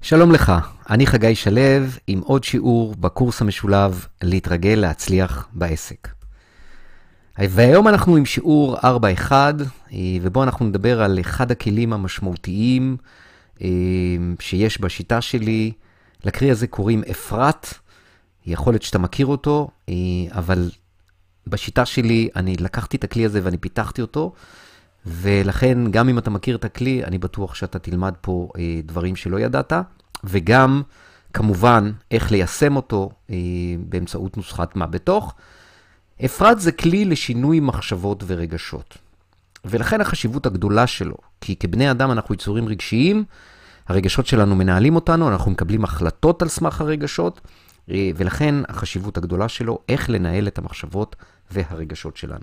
שלום לך, אני חגי שלו עם עוד שיעור בקורס המשולב להתרגל להצליח בעסק. והיום אנחנו עם שיעור 4.1 ובו אנחנו נדבר על אחד הכלים המשמעותיים שיש בשיטה שלי. לקריא הזה קוראים אפרת, יכול להיות שאתה מכיר אותו, אבל בשיטה שלי אני לקחתי את הכלי הזה ואני פיתחתי אותו, ולכן גם אם אתה מכיר את הכלי, אני בטוח שאתה תלמד פה דברים שלא ידעת, וגם כמובן איך ליישם אותו באמצעות נוסחת מה בתוך. אפרת זה כלי לשינוי מחשבות ורגשות, ולכן החשיבות הגדולה שלו, כי כבני אדם אנחנו יצורים רגשיים, הרגשות שלנו מנהלים אותנו, אנחנו מקבלים החלטות על סמך הרגשות, ולכן החשיבות הגדולה שלו, איך לנהל את המחשבות והרגשות שלנו.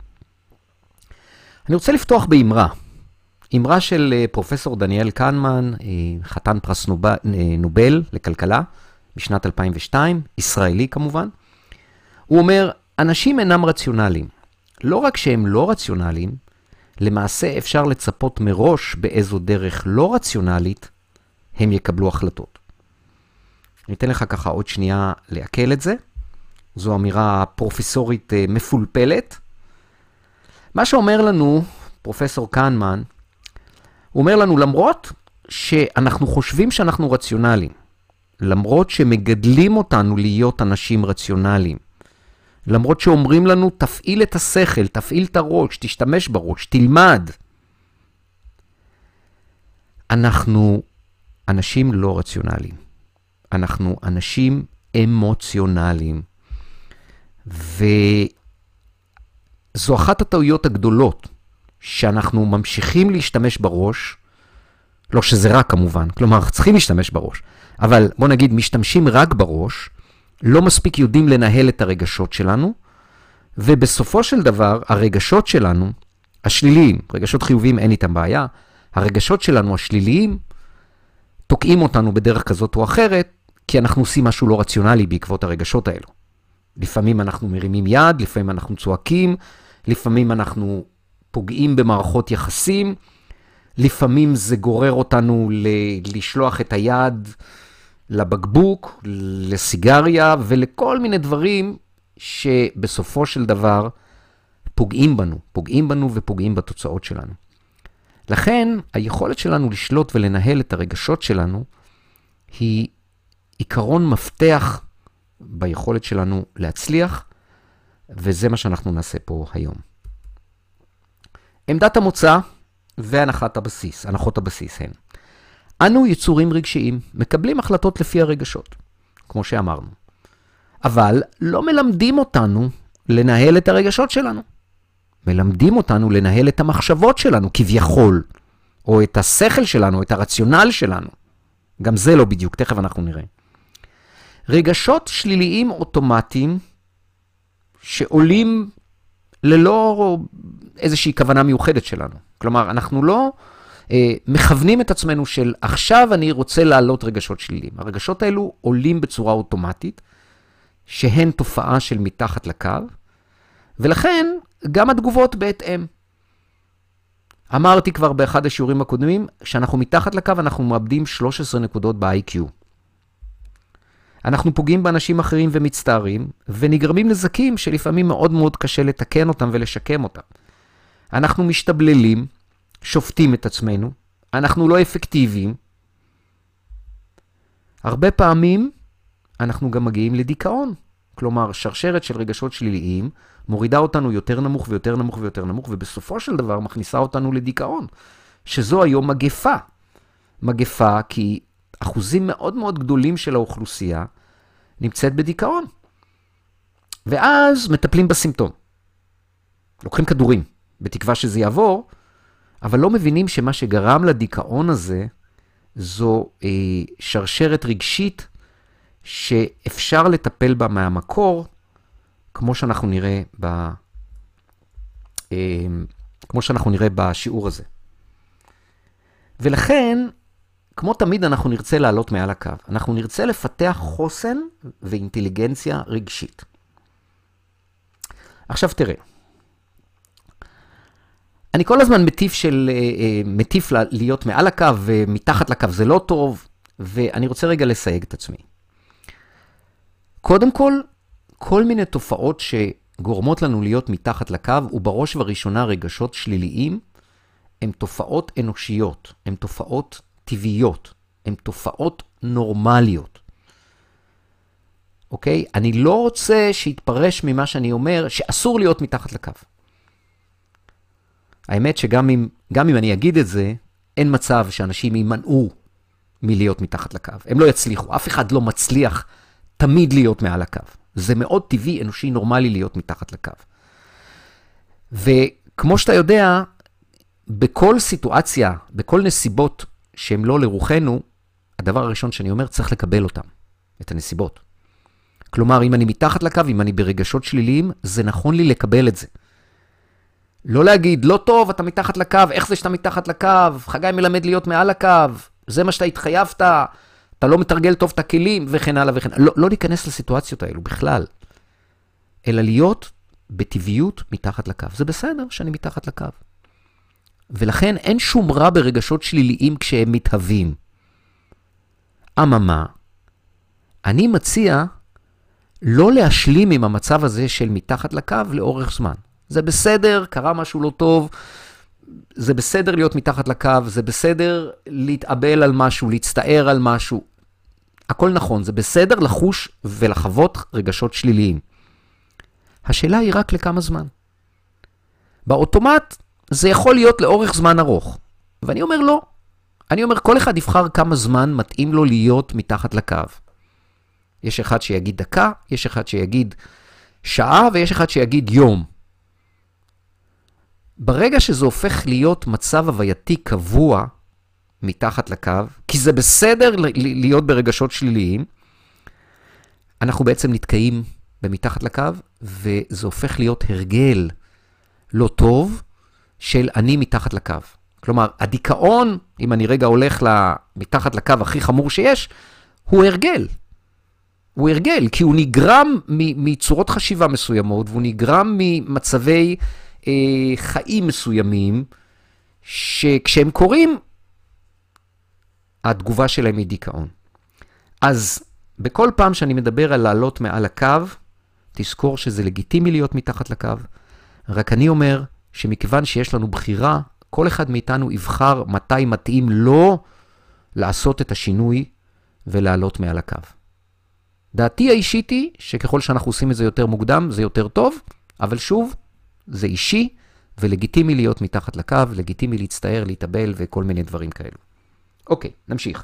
אני רוצה לפתוח באמרה. אמרה של פרופסור דניאל קנמן, חתן פרס נובל לכלכלה, בשנת 2002, ישראלי כמובן. הוא אומר, אנשים אינם רציונליים. לא רק שהם לא רציונליים, למעשה אפשר לצפות מראש באיזו דרך לא רציונלית הם יקבלו החלטות. אני אתן לך ככה עוד שנייה לעכל את זה. זו אמירה פרופסורית מפולפלת. מה שאומר לנו פרופסור קנמן, הוא אומר לנו, למרות שאנחנו חושבים שאנחנו רציונליים, למרות שמגדלים אותנו להיות אנשים רציונליים, למרות שאומרים לנו, תפעיל את השכל, תפעיל את הראש, תשתמש בראש, תלמד. אנחנו אנשים לא רציונליים. אנחנו אנשים אמוציונליים. וזו אחת הטעויות הגדולות, שאנחנו ממשיכים להשתמש בראש, לא שזה רק כמובן, כלומר, צריכים להשתמש בראש, אבל בוא נגיד, משתמשים רק בראש, לא מספיק יודעים לנהל את הרגשות שלנו, ובסופו של דבר, הרגשות שלנו, השליליים, רגשות חיוביים אין איתם בעיה, הרגשות שלנו השליליים, תוקעים אותנו בדרך כזאת או אחרת, כי אנחנו עושים משהו לא רציונלי בעקבות הרגשות האלו. לפעמים אנחנו מרימים יד, לפעמים אנחנו צועקים, לפעמים אנחנו פוגעים במערכות יחסים, לפעמים זה גורר אותנו לשלוח את היד לבקבוק, לסיגריה ולכל מיני דברים שבסופו של דבר פוגעים בנו ופוגעים בתוצאות שלנו. לכן היכולת שלנו לשלוט ולנהל את הרגשות שלנו היא עיקרון מפתח ביכולת שלנו להצליח, וזה מה שאנחנו נעשה פה היום. עמדת המוצא והנחות הבסיס הן. אנו יצורים רגשיים, מקבלים החלטות לפי הרגשות, כמו שאמרנו. אבל לא מלמדים אותנו לנהל את הרגשות שלנו. מלמדים אותנו לנהל את המחשבות שלנו כביכול, או את השכל שלנו, את הרציונל שלנו. גם זה לא בדיוק, תכף אנחנו נראה. רגשות שליליים אוטומטיים שעולים ללא איזושהי כוונה מיוחדת שלנו. כלומר, אנחנו לא מכוונים את עצמנו של עכשיו אני רוצה להעלות רגשות שליליים. הרגשות האלו עולים בצורה אוטומטית, שהן תופעה של מתחת לקו, ולכן גם התגובות בהתאם. אמרתי כבר באחד השיעורים הקודמים, שאנחנו מתחת לקו אנחנו מאבדים 13 נקודות ב-IQ. אנחנו פוגעים באנשים אחרים ומצטערים, ונגרמים נזקים שלפעמים מאוד מאוד קשה לתקן אותם ולשקם אותם. אנחנו משתבללים, שופטים את עצמנו, אנחנו לא אפקטיביים. הרבה פעמים אנחנו גם מגיעים לדיכאון. כלומר, שרשרת של רגשות שליליים מורידה אותנו יותר נמוך ויותר נמוך ויותר נמוך, ובסופו של דבר מכניסה אותנו לדיכאון, שזו היום מגפה. מגפה כי אחוזים מאוד מאוד גדולים של האוכלוסייה נמצאת בדיכאון. ואז מטפלים בסימפטום. לוקחים כדורים, בתקווה שזה יעבור, אבל לא מבינים שמה שגרם לדיכאון הזה, זו שרשרת רגשית שאפשר לטפל בה מהמקור, כמו שאנחנו נראה בשיעור הזה. ולכן, כמו תמיד אנחנו נרצה לעלות מעל הקו. אנחנו נרצה לפתח חוסן ואינטליגנציה רגשית. עכשיו תראה. אני כל הזמן מטיף להיות מעל הקו ומתחת לקו זה לא טוב, ואני רוצה רגע לסייג את עצמי. קודם כל, כל מיני תופעות שגורמות לנו להיות מתחת לקו, ובראש ובראשונה רגשות שליליים, הן תופעות אנושיות, הן תופעות טבעיות, הן תופעות נורמליות. אוקיי? אני לא רוצה שיתפרש ממה שאני אומר, שאסור להיות מתחת לקו. האמת שגם אם אני אגיד את זה, אין מצב שאנשים יימנעו מלהיות מתחת לקו. הם לא יצליחו. אף אחד לא מצליח תמיד להיות מעל הקו. זה מאוד טבעי, אנושי, נורמלי להיות מתחת לקו. וכמו שאתה יודע, בכל סיטואציה, בכל נסיבות שהן לא לרוחנו, הדבר הראשון שאני אומר, צריך לקבל אותם, את הנסיבות. כלומר, אם אני מתחת לקו, אם אני ברגשות שליליים, זה נכון לי לקבל את זה. לא להגיד, לא טוב, אתה מתחת לקו, איך זה שאתה מתחת לקו? חגי מלמד להיות מעל הקו, זה מה שאתה התחייבת, אתה לא מתרגל טוב את הכלים, וכן הלאה וכן הלאה. לא להיכנס לסיטואציות האלו בכלל, אלא להיות בטבעיות מתחת לקו. זה בסדר שאני מתחת לקו. ולכן אין שום רע ברגשות שליליים כשהם מתהווים. אממה, אני מציע לא להשלים עם המצב הזה של מתחת לקו לאורך זמן. זה בסדר, קרה משהו לא טוב, זה בסדר להיות מתחת לקו, זה בסדר להתאבל על משהו, להצטער על משהו. הכל נכון, זה בסדר לחוש ולחוות רגשות שליליים. השאלה היא רק לכמה זמן. באוטומט זה יכול להיות לאורך זמן ארוך. ואני אומר לא. אני אומר כל אחד יבחר כמה זמן מתאים לו להיות מתחת לקו. יש אחד שיגיד דקה, יש אחד שיגיד שעה, ויש אחד שיגיד יום. ברגע שזה הופך להיות מצב הווייתי קבוע מתחת לקו, כי זה בסדר להיות ברגשות שליליים, אנחנו בעצם נתקעים במתחת לקו, וזה הופך להיות הרגל לא טוב של אני מתחת לקו. כלומר, הדיכאון, אם אני רגע הולך מתחת לקו הכי חמור שיש, הוא הרגל. הוא הרגל, כי הוא נגרם מצורות חשיבה מסוימות, והוא נגרם ממצבי חיים מסוימים, שכשהם קוראים, התגובה שלהם היא דיכאון. אז בכל פעם שאני מדבר על לעלות מעל הקו, תזכור שזה לגיטימי להיות מתחת לקו. רק אני אומר שמכיוון שיש לנו בחירה, כל אחד מאיתנו יבחר מתי מתאים לו לעשות את השינוי ולעלות מעל הקו. דעתי האישית היא שככל שאנחנו עושים את זה יותר מוקדם, זה יותר טוב, אבל שוב, זה אישי ולגיטימי להיות מתחת לקו, לגיטימי להצטער, להתאבל וכל מיני דברים כאלו. אוקיי, נמשיך.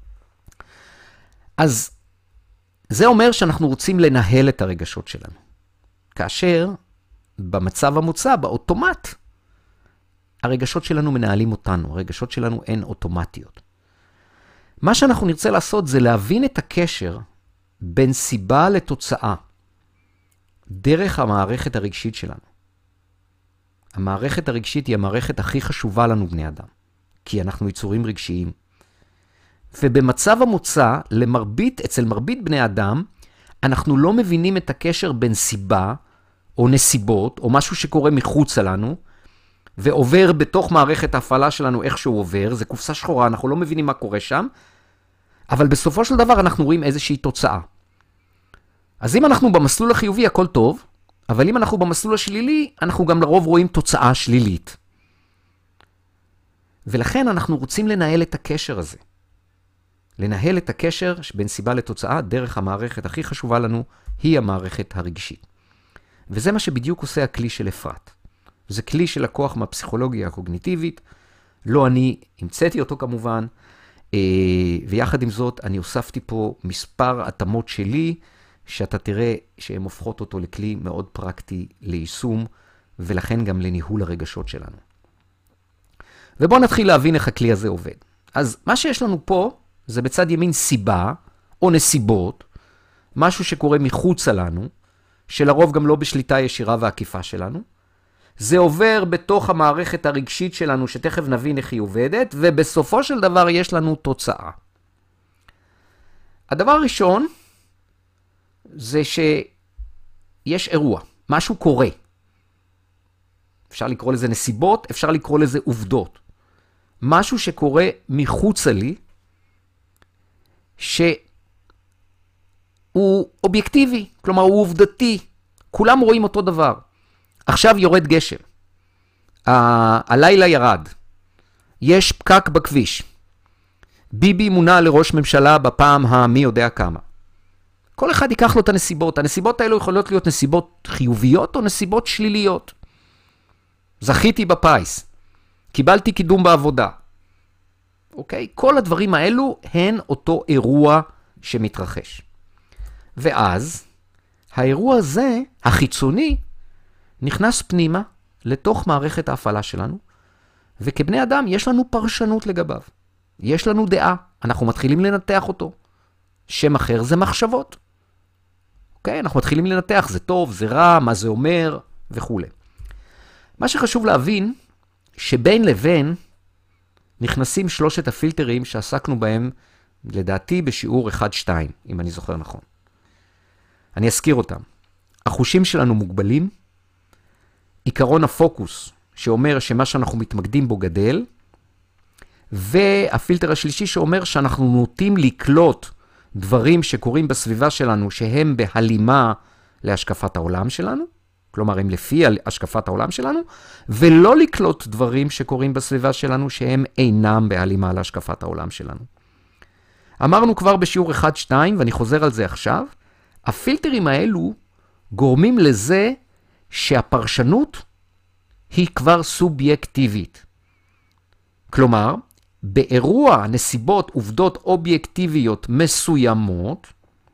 אז זה אומר שאנחנו רוצים לנהל את הרגשות שלנו. כאשר במצב המוצא, באוטומט, הרגשות שלנו מנהלים אותנו, הרגשות שלנו הן אוטומטיות. מה שאנחנו נרצה לעשות זה להבין את הקשר בין סיבה לתוצאה, דרך המערכת הרגשית שלנו. המערכת הרגשית היא המערכת הכי חשובה לנו בני אדם, כי אנחנו יצורים רגשיים. ובמצב המוצא, אצל מרבית בני אדם, אנחנו לא מבינים את הקשר בין סיבה או נסיבות, או משהו שקורה מחוץ לנו, ועובר בתוך מערכת ההפעלה שלנו איך שהוא עובר, זה קופסה שחורה, אנחנו לא מבינים מה קורה שם, אבל בסופו של דבר אנחנו רואים איזושהי תוצאה. אז אם אנחנו במסלול החיובי, הכל טוב, אבל אם אנחנו במסלול השלילי, אנחנו גם לרוב רואים תוצאה שלילית. ולכן אנחנו רוצים לנהל את הקשר הזה. לנהל את הקשר בין סיבה לתוצאה, דרך המערכת הכי חשובה לנו, היא המערכת הרגשית. וזה מה שבדיוק עושה הכלי של אפרת. זה כלי של לקוח מהפסיכולוגיה הקוגניטיבית, לא אני המצאתי אותו כמובן, ויחד עם זאת אני הוספתי פה מספר התאמות שלי, שאתה תראה שהן הופכות אותו לכלי מאוד פרקטי ליישום, ולכן גם לניהול הרגשות שלנו. ובואו נתחיל להבין איך הכלי הזה עובד. אז מה שיש לנו פה, זה בצד ימין סיבה או נסיבות, משהו שקורה מחוץ לנו, שלרוב גם לא בשליטה ישירה ועקיפה שלנו. זה עובר בתוך המערכת הרגשית שלנו, שתכף נבין איך היא עובדת, ובסופו של דבר יש לנו תוצאה. הדבר הראשון, זה שיש אירוע, משהו קורה. אפשר לקרוא לזה נסיבות, אפשר לקרוא לזה עובדות. משהו שקורה מחוצה לי, שהוא אובייקטיבי, כלומר הוא עובדתי, כולם רואים אותו דבר. עכשיו יורד גשם, הלילה ירד, יש פקק בכביש, ביבי מונה לראש ממשלה בפעם המי יודע כמה. כל אחד ייקח לו את הנסיבות. הנסיבות האלו יכולות להיות נסיבות חיוביות או נסיבות שליליות. זכיתי בפייס, קיבלתי קידום בעבודה. אוקיי? כל הדברים האלו הן אותו אירוע שמתרחש. ואז האירוע הזה, החיצוני, נכנס פנימה לתוך מערכת ההפעלה שלנו, וכבני אדם יש לנו פרשנות לגביו. יש לנו דעה, אנחנו מתחילים לנתח אותו. שם אחר זה מחשבות. אוקיי? אנחנו מתחילים לנתח, זה טוב, זה רע, מה זה אומר, וכו'. מה שחשוב להבין, שבין לבין נכנסים שלושת הפילטרים שעסקנו בהם, לדעתי בשיעור 1-2, אם אני זוכר נכון. אני אזכיר אותם. החושים שלנו מוגבלים, עיקרון הפוקוס, שאומר שמה שאנחנו מתמקדים בו גדל, והפילטר השלישי שאומר שאנחנו נוטים לקלוט דברים שקורים בסביבה שלנו שהם בהלימה להשקפת העולם שלנו, כלומר הם לפי השקפת העולם שלנו, ולא לקלוט דברים שקורים בסביבה שלנו שהם אינם בהלימה להשקפת העולם שלנו. אמרנו כבר בשיעור 1-2, ואני חוזר על זה עכשיו, הפילטרים האלו גורמים לזה שהפרשנות היא כבר סובייקטיבית. כלומר, באירוע, נסיבות, עובדות אובייקטיביות מסוימות,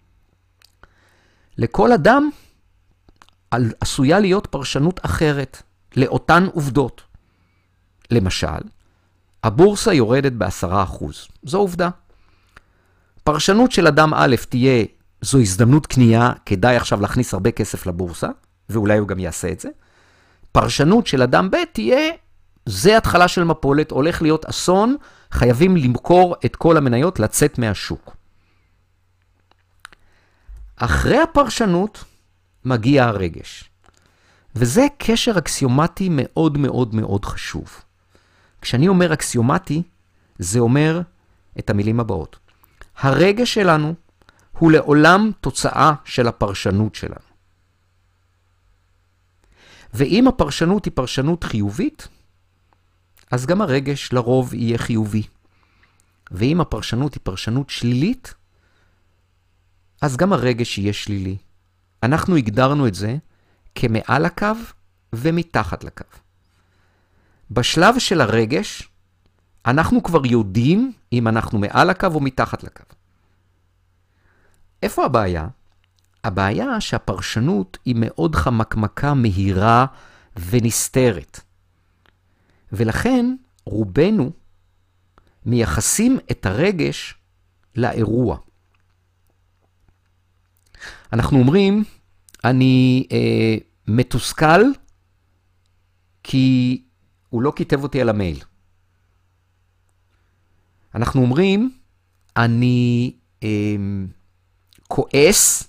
לכל אדם עשויה להיות פרשנות אחרת לאותן עובדות. למשל, הבורסה יורדת ב10%. זו עובדה. פרשנות של אדם א' תהיה, זו הזדמנות קנייה, כדאי עכשיו להכניס הרבה כסף לבורסה, ואולי הוא גם יעשה את זה. פרשנות של אדם ב' תהיה, זה התחלה של מפולת, הולך להיות אסון, חייבים למכור את כל המניות, לצאת מהשוק. אחרי הפרשנות מגיע הרגש. וזה קשר אקסיומטי מאוד מאוד מאוד חשוב. כשאני אומר אקסיומטי, זה אומר את המילים הבאות. הרגש שלנו הוא לעולם תוצאה של הפרשנות שלנו. ואם הפרשנות היא פרשנות חיובית, אז גם הרגש לרוב יהיה חיובי. ואם הפרשנות היא פרשנות שלילית, אז גם הרגש יהיה שלילי. אנחנו הגדרנו את זה כמעל הקו ומתחת לקו. בשלב של הרגש, אנחנו כבר יודעים אם אנחנו מעל הקו או מתחת לקו. איפה הבעיה? הבעיה שהפרשנות היא מאוד חמקמקה, מהירה ונסתרת. ולכן רובנו מייחסים את הרגש לאירוע. אנחנו אומרים, אני מתוסכל כי הוא לא כיתב אותי על המייל. אנחנו אומרים, אני כועס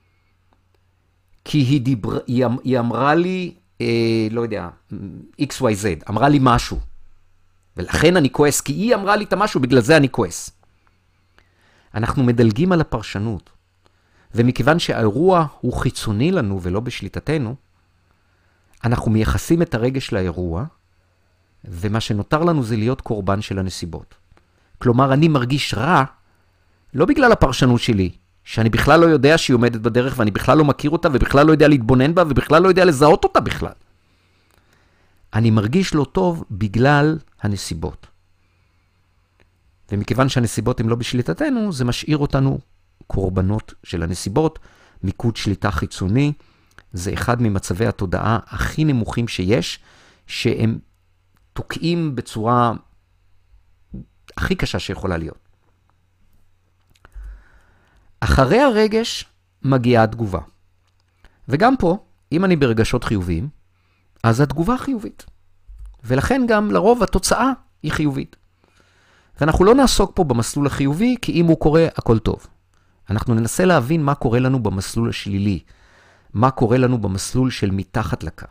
כי היא אמרה לי, לא יודע, XYZ, אמרה לי משהו. ולכן אני כועס, כי היא אמרה לי את המשהו, בגלל זה אני כועס. אנחנו מדלגים על הפרשנות. ומכיוון שהאירוע הוא חיצוני לנו ולא בשליטתנו, אנחנו מייחסים את הרגש לאירוע, ומה שנותר לנו זה להיות קורבן של הנסיבות. כלומר, אני מרגיש רע, לא בגלל הפרשנות שלי, שאני בכלל לא יודע שהיא עומדת בדרך, ואני בכלל לא מכיר אותה, ובכלל לא יודע להתבונן בה, ובכלל לא יודע לזהות אותה בכלל. אני מרגיש לא טוב בגלל הנסיבות. ומכיוון שהנסיבות הן לא בשליטתנו, זה משאיר אותנו קורבנות של הנסיבות. מיקוד שליטה חיצוני, זה אחד ממצבי התודעה הכי נמוכים שיש, שהם תוקעים בצורה הכי קשה שיכולה להיות. אחרי הרגש מגיעה התגובה. וגם פה, אם אני ברגשות חיוביים, אז התגובה חיובית. ולכן גם לרוב התוצאה היא חיובית. ואנחנו לא נעסוק פה במסלול החיובי, כי אם הוא קורה, הכל טוב. אנחנו ננסה להבין מה קורה לנו במסלול השלילי, מה קורה לנו במסלול של מתחת לקו.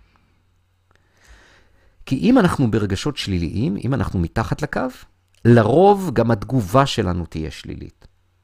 כי אם אנחנו ברגשות שליליים, אם אנחנו מתחת לקו, לרוב גם התגובה שלנו תהיה שלילית.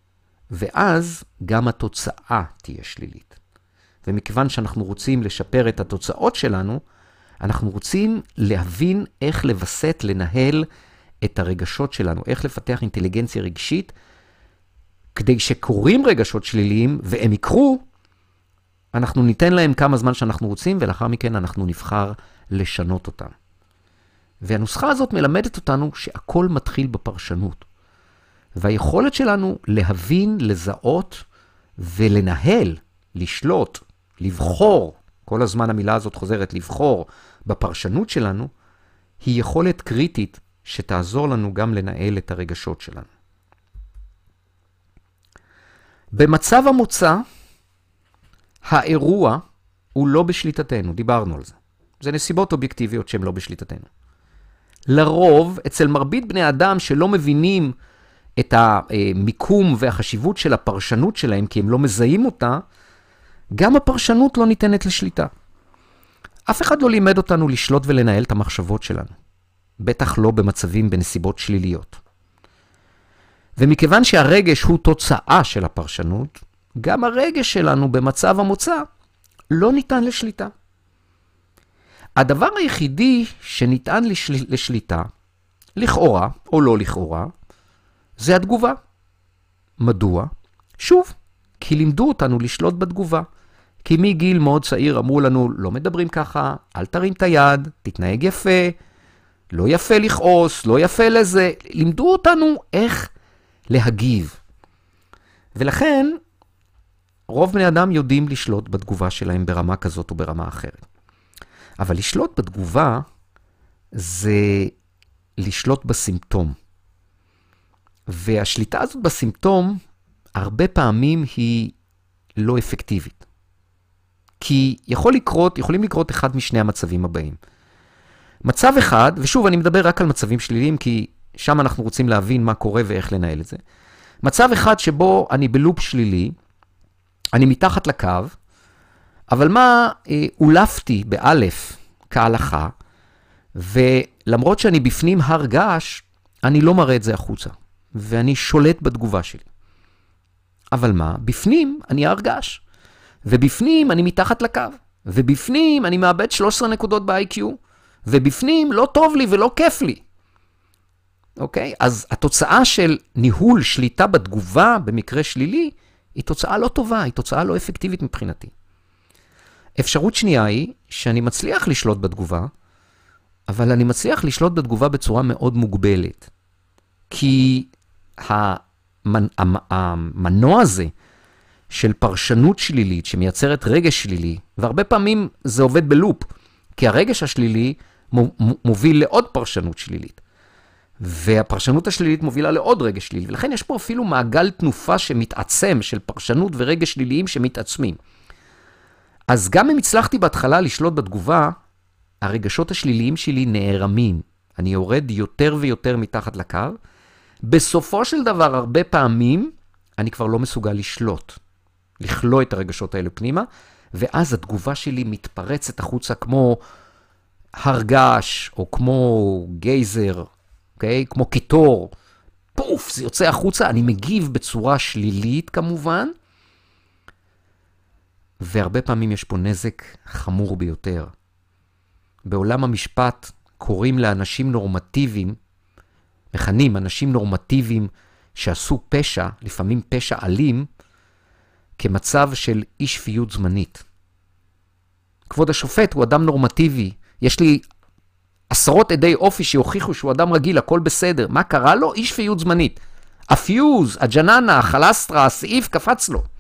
ואז גם התוצאה תהיה שלילית. ומכיוון שאנחנו רוצים לשפר את התוצאות שלנו, אנחנו רוצים להבין איך לבסט, לנהל את הרגשות שלנו, איך לפתח אינטליגנציה רגשית, כדי שקורים רגשות שליליים והם יקרו, אנחנו ניתן להם כמה זמן שאנחנו רוצים, ולאחר מכן אנחנו נבחר לשנות אותם. והנוסחה הזאת מלמדת אותנו שהכל מתחיל בפרשנות. והיכולת שלנו להבין, לזהות ולנהל, לשלוט, לבחור, כל הזמן המילה הזאת חוזרת, לבחור בפרשנות שלנו, היא יכולת קריטית שתעזור לנו גם לנהל את הרגשות שלנו. במצב המוצא, האירוע הוא לא בשליטתנו, דיברנו על זה. זה נסיבות אובייקטיביות שהן לא בשליטתנו. לרוב, אצל מרבית בני אדם שלא מבינים את המיקום והחשיבות של הפרשנות שלהם, כי הם לא מזהים אותה, גם הפרשנות לא ניתנת לשליטה. אף אחד לא לימד אותנו לשלוט ולנהל את המחשבות שלנו. בטח לא במצבים בנסיבות שליליות. ומכיוון שהרגש הוא תוצאה של הפרשנות, גם הרגש שלנו במצב המוצא לא ניתן לשליטה. הדבר היחידי שניתן לשליטה, לכאורה או לא לכאורה, זה התגובה. מדוע? שוב, כי לימדו אותנו לשלוט בתגובה. כי מגיל מאוד צעיר אמרו לנו, לא מדברים ככה, אל תרים את היד, תתנהג יפה, לא יפה לכעוס, לא יפה לזה. לימדו אותנו איך להגיב. ולכן, רוב בני אדם יודעים לשלוט בתגובה שלהם ברמה כזאת או ברמה אחרת. אבל לשלוט בתגובה זה לשלוט בסימפטום. והשליטה הזאת בסימפטום הרבה פעמים היא לא אפקטיבית. כי יכולים לקרות אחד משני המצבים הבאים. מצב אחד, ושוב אני מדבר רק על מצבים שליליים, כי שם אנחנו רוצים להבין מה קורה ואיך לנהל את זה. מצב אחד שבו אני בלופ שלילי, אני מתחת לקו, אבל מה אולפתי באלף כהלכה, ולמרות שאני בפנים הר געש, אני לא מראה את זה החוצה, ואני שולט בתגובה שלי. אבל מה? בפנים אני הר געש, ובפנים אני מתחת לקו, ובפנים אני מאבד 13 נקודות ב-IQ, ובפנים לא טוב לי ולא כיף לי. אוקיי? אז התוצאה של ניהול שליטה בתגובה במקרה שלילי, היא תוצאה לא טובה, היא תוצאה לא אפקטיבית מבחינתי. אפשרות שנייה היא שאני מצליח לשלוט בתגובה, אבל אני מצליח לשלוט בתגובה בצורה מאוד מוגבלת. כי המנוע הזה של פרשנות שלילית שמייצרת רגש שלילי, והרבה פעמים זה עובד בלופ, כי הרגש השלילי מוביל לעוד פרשנות שלילית. והפרשנות השלילית מובילה לעוד רגש שלילי, ולכן יש פה אפילו מעגל תנופה שמתעצם של פרשנות ורגש שליליים שמתעצמים. אז גם אם הצלחתי בהתחלה לשלוט בתגובה, הרגשות השליליים שלי נערמים. אני יורד יותר ויותר מתחת לקו. בסופו של דבר, הרבה פעמים, אני כבר לא מסוגל לשלוט, לכלוא את הרגשות האלה פנימה, ואז התגובה שלי מתפרצת החוצה כמו הרגש, או כמו גייזר, אוקיי? כמו קיטור. פוף, זה יוצא החוצה, אני מגיב בצורה שלילית כמובן, והרבה פעמים יש פה נזק חמור ביותר. בעולם המשפט קוראים לאנשים נורמטיביים, מכנים אנשים נורמטיביים שעשו פשע, לפעמים פשע אלים, כמצב של אי שפיות זמנית. כבוד השופט הוא אדם נורמטיבי, יש לי עשרות עדי אופי שהוכיחו שהוא אדם רגיל, הכל בסדר. מה קרה לו? אי שפיות זמנית. הפיוז, הג'ננה, החלסטרה, הסעיף קפץ לו.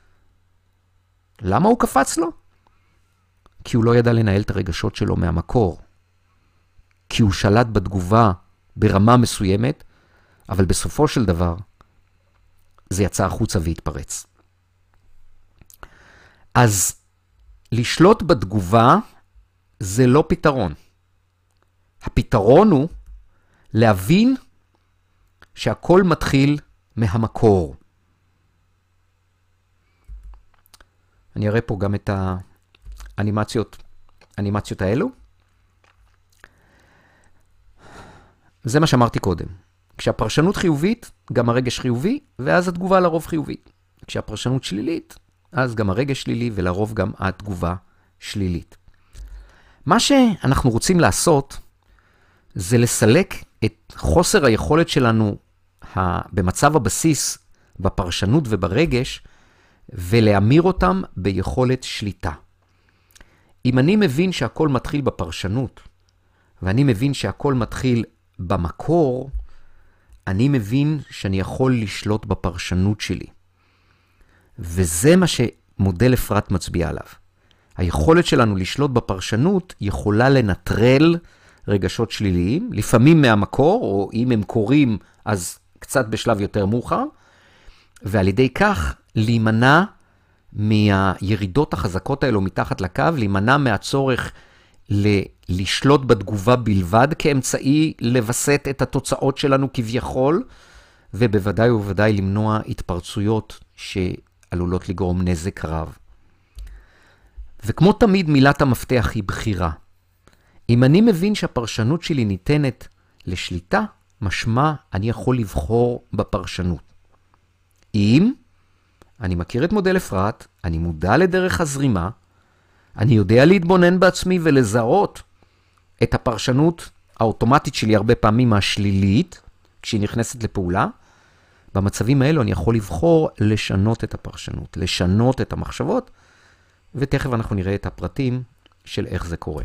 למה הוא קפץ לו? כי הוא לא ידע לנהל את הרגשות שלו מהמקור. כי הוא שלט בתגובה ברמה מסוימת, אבל בסופו של דבר זה יצא החוצה והתפרץ. אז לשלוט בתגובה זה לא פתרון. הפתרון הוא להבין שהכל מתחיל מהמקור. אני אראה פה גם את האנימציות האלו. זה מה שאמרתי קודם. כשהפרשנות חיובית, גם הרגש חיובי, ואז התגובה לרוב חיובית. כשהפרשנות שלילית, אז גם הרגש שלילי, ולרוב גם התגובה שלילית. מה שאנחנו רוצים לעשות, זה לסלק את חוסר היכולת שלנו במצב הבסיס, בפרשנות וברגש, ולהמיר אותם ביכולת שליטה. אם אני מבין שהכל מתחיל בפרשנות, ואני מבין שהכל מתחיל במקור, אני מבין שאני יכול לשלוט בפרשנות שלי. וזה מה שמודל אפרת מצביע עליו. היכולת שלנו לשלוט בפרשנות יכולה לנטרל רגשות שליליים, לפעמים מהמקור, או אם הם קורים, אז קצת בשלב יותר מאוחר, ועל ידי כך להימנע מהירידות החזקות האלו מתחת לקו, להימנע מהצורך לשלוט בתגובה בלבד, כאמצעי לבסט את התוצאות שלנו כביכול, ובוודאי ובוודאי למנוע התפרצויות שעלולות לגרום נזק רב. וכמו תמיד מילת המפתח היא בחירה. אם אני מבין שהפרשנות שלי ניתנת לשליטה, משמע אני יכול לבחור בפרשנות. אם אני מכיר את מודל אפרת, אני מודע לדרך הזרימה, אני יודע להתבונן בעצמי ולזהות את הפרשנות האוטומטית שלי הרבה פעמים השלילית, כשהיא נכנסת לפעולה, במצבים האלו אני יכול לבחור לשנות את הפרשנות, לשנות את המחשבות, ותכף אנחנו נראה את הפרטים של איך זה קורה.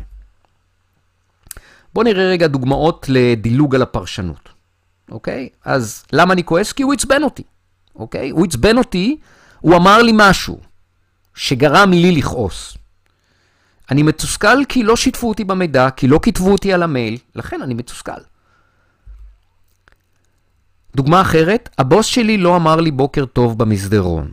בואו נראה רגע דוגמאות לדילוג על הפרשנות. אוקיי? אז למה אני כועס? כי הוא עצבן אותי. אוקיי? הוא עצבן אותי, הוא אמר לי משהו שגרם לי לכעוס. אני מתוסכל כי לא שיתפו אותי במידע, כי לא כתבו אותי על המייל, לכן אני מתוסכל. דוגמה אחרת, הבוס שלי לא אמר לי בוקר טוב במסדרון.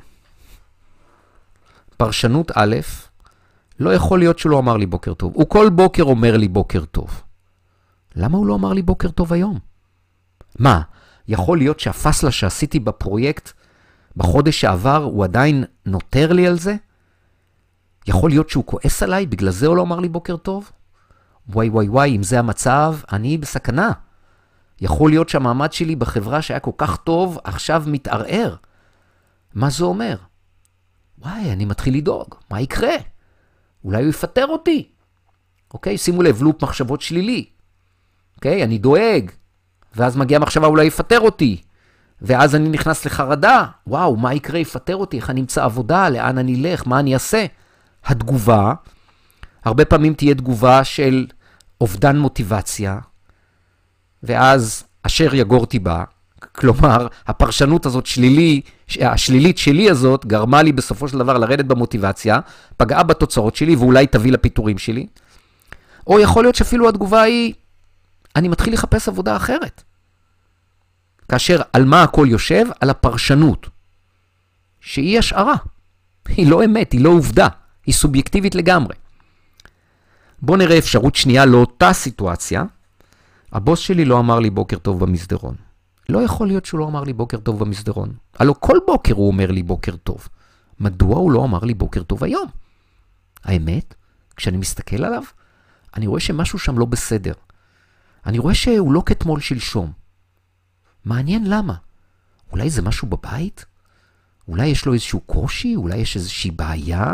פרשנות א', לא יכול להיות שהוא לא אמר לי בוקר טוב. הוא כל בוקר אומר לי בוקר טוב. למה הוא לא אמר לי בוקר טוב היום? מה, יכול להיות שהפסלה שעשיתי בפרויקט בחודש שעבר הוא עדיין נותר לי על זה? יכול להיות שהוא כועס עליי, בגלל זה הוא לא אמר לי בוקר טוב? וואי וואי וואי, אם זה המצב, אני בסכנה. יכול להיות שהמעמד שלי בחברה שהיה כל כך טוב, עכשיו מתערער. מה זה אומר? וואי, אני מתחיל לדאוג. מה יקרה? אולי הוא יפטר אותי. אוקיי, שימו לב, לופ מחשבות שלילי. אוקיי, אני דואג. ואז מגיעה מחשבה, אולי יפטר אותי. ואז אני נכנס לחרדה. וואו, מה יקרה? יפטר אותי? איך אני אמצא עבודה? לאן אני אלך? מה אני אעשה? התגובה, הרבה פעמים תהיה תגובה של אובדן מוטיבציה, ואז אשר יגורתי בה, כלומר, הפרשנות הזאת השלילית שלי הזאת, גרמה לי בסופו של דבר לרדת במוטיבציה, פגעה בתוצאות שלי, ואולי תביא לפיטורים שלי. או יכול להיות שאפילו התגובה היא, אני מתחיל לחפש עבודה אחרת. כאשר על מה הכל יושב? על הפרשנות, שהיא השערה. היא לא אמת, היא לא עובדה, היא סובייקטיבית לגמרי. בואו נראה אפשרות שנייה לאותה סיטואציה. הבוס שלי לא אמר לי בוקר טוב במסדרון. לא יכול להיות שהוא לא אמר לי בוקר טוב במסדרון. הלוא כל בוקר הוא אומר לי בוקר טוב. מדוע הוא לא אמר לי בוקר טוב היום? האמת, כשאני מסתכל עליו, אני רואה שמשהו שם לא בסדר. אני רואה שהוא לא כתמול שלשום. מעניין למה. אולי זה משהו בבית? אולי יש לו איזשהו קושי? אולי יש איזושהי בעיה?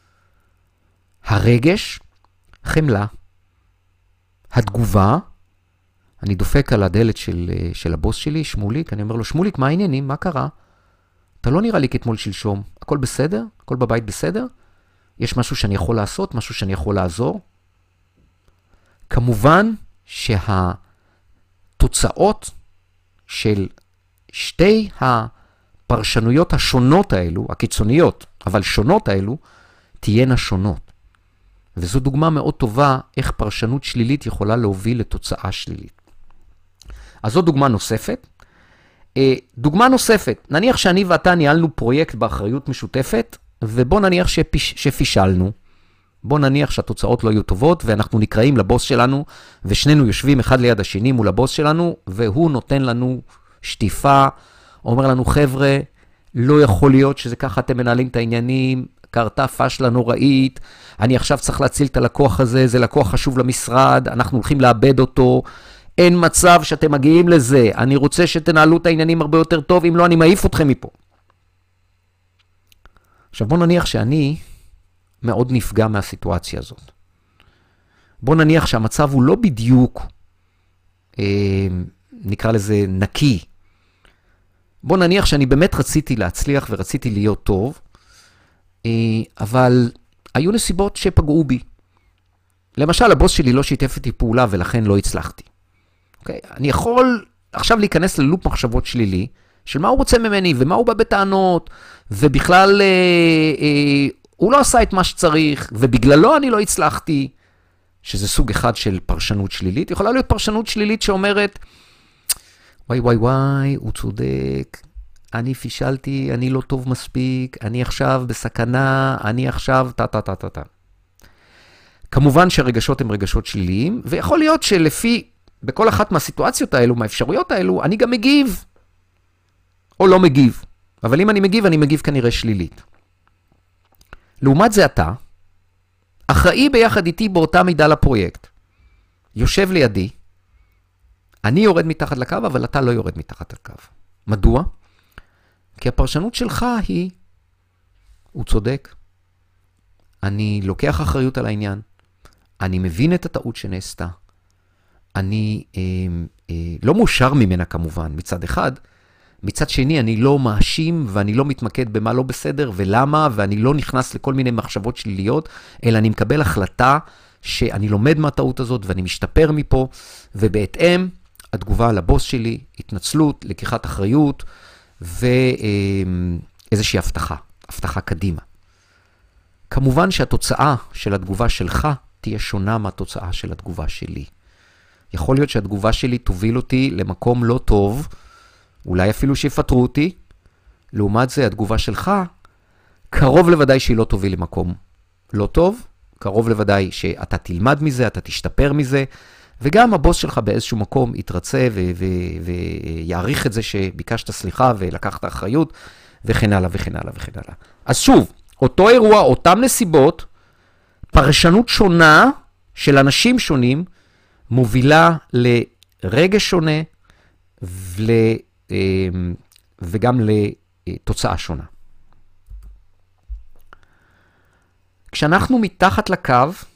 הרגש, חמלה. התגובה, אני דופק על הדלת של הבוס שלי, שמוליק, אני אומר לו, שמוליק, מה העניינים? מה קרה? אתה לא נראה לי כתמול שלשום. הכל בסדר? הכל בבית בסדר? יש משהו שאני יכול לעשות? משהו שאני יכול לעזור? כמובן שהתוצאות של שתי הפרשנויות השונות האלו, הקיצוניות, אבל שונות האלו, תהיינה שונות. וזו דוגמה מאוד טובה איך פרשנות שלילית יכולה להוביל לתוצאה שלילית. אז זו דוגמה נוספת. דוגמה נוספת, נניח שאני ואתה ניהלנו פרויקט באחריות משותפת, ובוא נניח שפישלנו. בוא נניח שהתוצאות לא יהיו טובות, ואנחנו נקראים לבוס שלנו, ושנינו יושבים אחד ליד השני מול הבוס שלנו, והוא נותן לנו שטיפה, אומר לנו, חבר'ה, לא יכול להיות שזה ככה אתם מנהלים את העניינים, קרתה פשלה נוראית, אני עכשיו צריך להציל את הלקוח הזה, זה לקוח חשוב למשרד, אנחנו הולכים לאבד אותו, אין מצב שאתם מגיעים לזה. אני רוצה שתנהלו את העניינים הרבה יותר טוב, אם לא אני מעיף אתכם מפה. עכשיו בוא נניח שאני מאוד נפגע מהסיטואציה הזאת. בוא נניח שהמצב הוא לא בדיוק, נקרא לזה נקי. בוא נניח שאני באמת רציתי להצליח ורציתי להיות טוב, אבל היו נסיבות שפגעו בי. למשל, הבוס שלי לא שיתף איתי פעולה ולכן לא הצלחתי. אוקיי? אני יכול עכשיו להיכנס ללופ מחשבות שלילי, של מה הוא רוצה ממני ומה הוא בא בטענות, ובכלל הוא לא עשה את מה שצריך, ובגללו אני לא הצלחתי, שזה סוג אחד של פרשנות שלילית. יכולה להיות פרשנות שלילית שאומרת, וואי וואי וואי, הוא צודק, אני פישלתי, אני לא טוב מספיק, אני עכשיו בסכנה, אני עכשיו טה. כמובן שהרגשות הם רגשות שליליים, ויכול להיות שלפי, בכל אחת מהסיטואציות האלו, מהאפשרויות האלו, אני גם מגיב, או לא מגיב. אבל אם אני מגיב כנראה שלילית. לעומת זה אתה, אחראי ביחד איתי באותה מידה לפרויקט. יושב לידי, אני יורד מתחת לקו, אבל אתה לא יורד מתחת לקו. מדוע? כי הפרשנות שלך היא, הוא צודק, אני לוקח אחריות על העניין, אני מבין את הטעות שנעשתה, אני לא מאושר ממנה כמובן, מצד אחד, מצד שני אני לא מאשים ואני לא מתמקד במה לא בסדר ולמה, ואני לא נכנס לכל מיני מחשבות שליליות, אלא אני מקבל החלטה שאני לומד מהטעות הזאת ואני משתפר מפה, ובהתאם התגובה על הבוס שלי, התנצלות, לקיחת אחריות ואיזושהי הבטחה קדימה. כמובן שהתוצאה של התגובה שלך תהיה שונה מהתוצאה של התגובה שלי. יכול להיות שהתגובה שלי תוביל אותי למקום לא טוב, אולי אפילו שיפטרו אותי. לעומת זה, התגובה שלך, קרוב לוודאי שהיא לא תוביל למקום לא טוב, קרוב לוודאי שאתה תלמד מזה, אתה תשתפר מזה, וגם הבוס שלך באיזשהו מקום יתרצה ויעריך את זה שביקשת סליחה ולקחת אחריות, וכן הלאה וכן הלאה וכן הלאה. אז שוב, אותו אירוע, אותם נסיבות, פרשנות שונה של אנשים שונים, מובילה לרגש שונה וגם לתוצאה שונה. כשאנחנו מתחת לקו,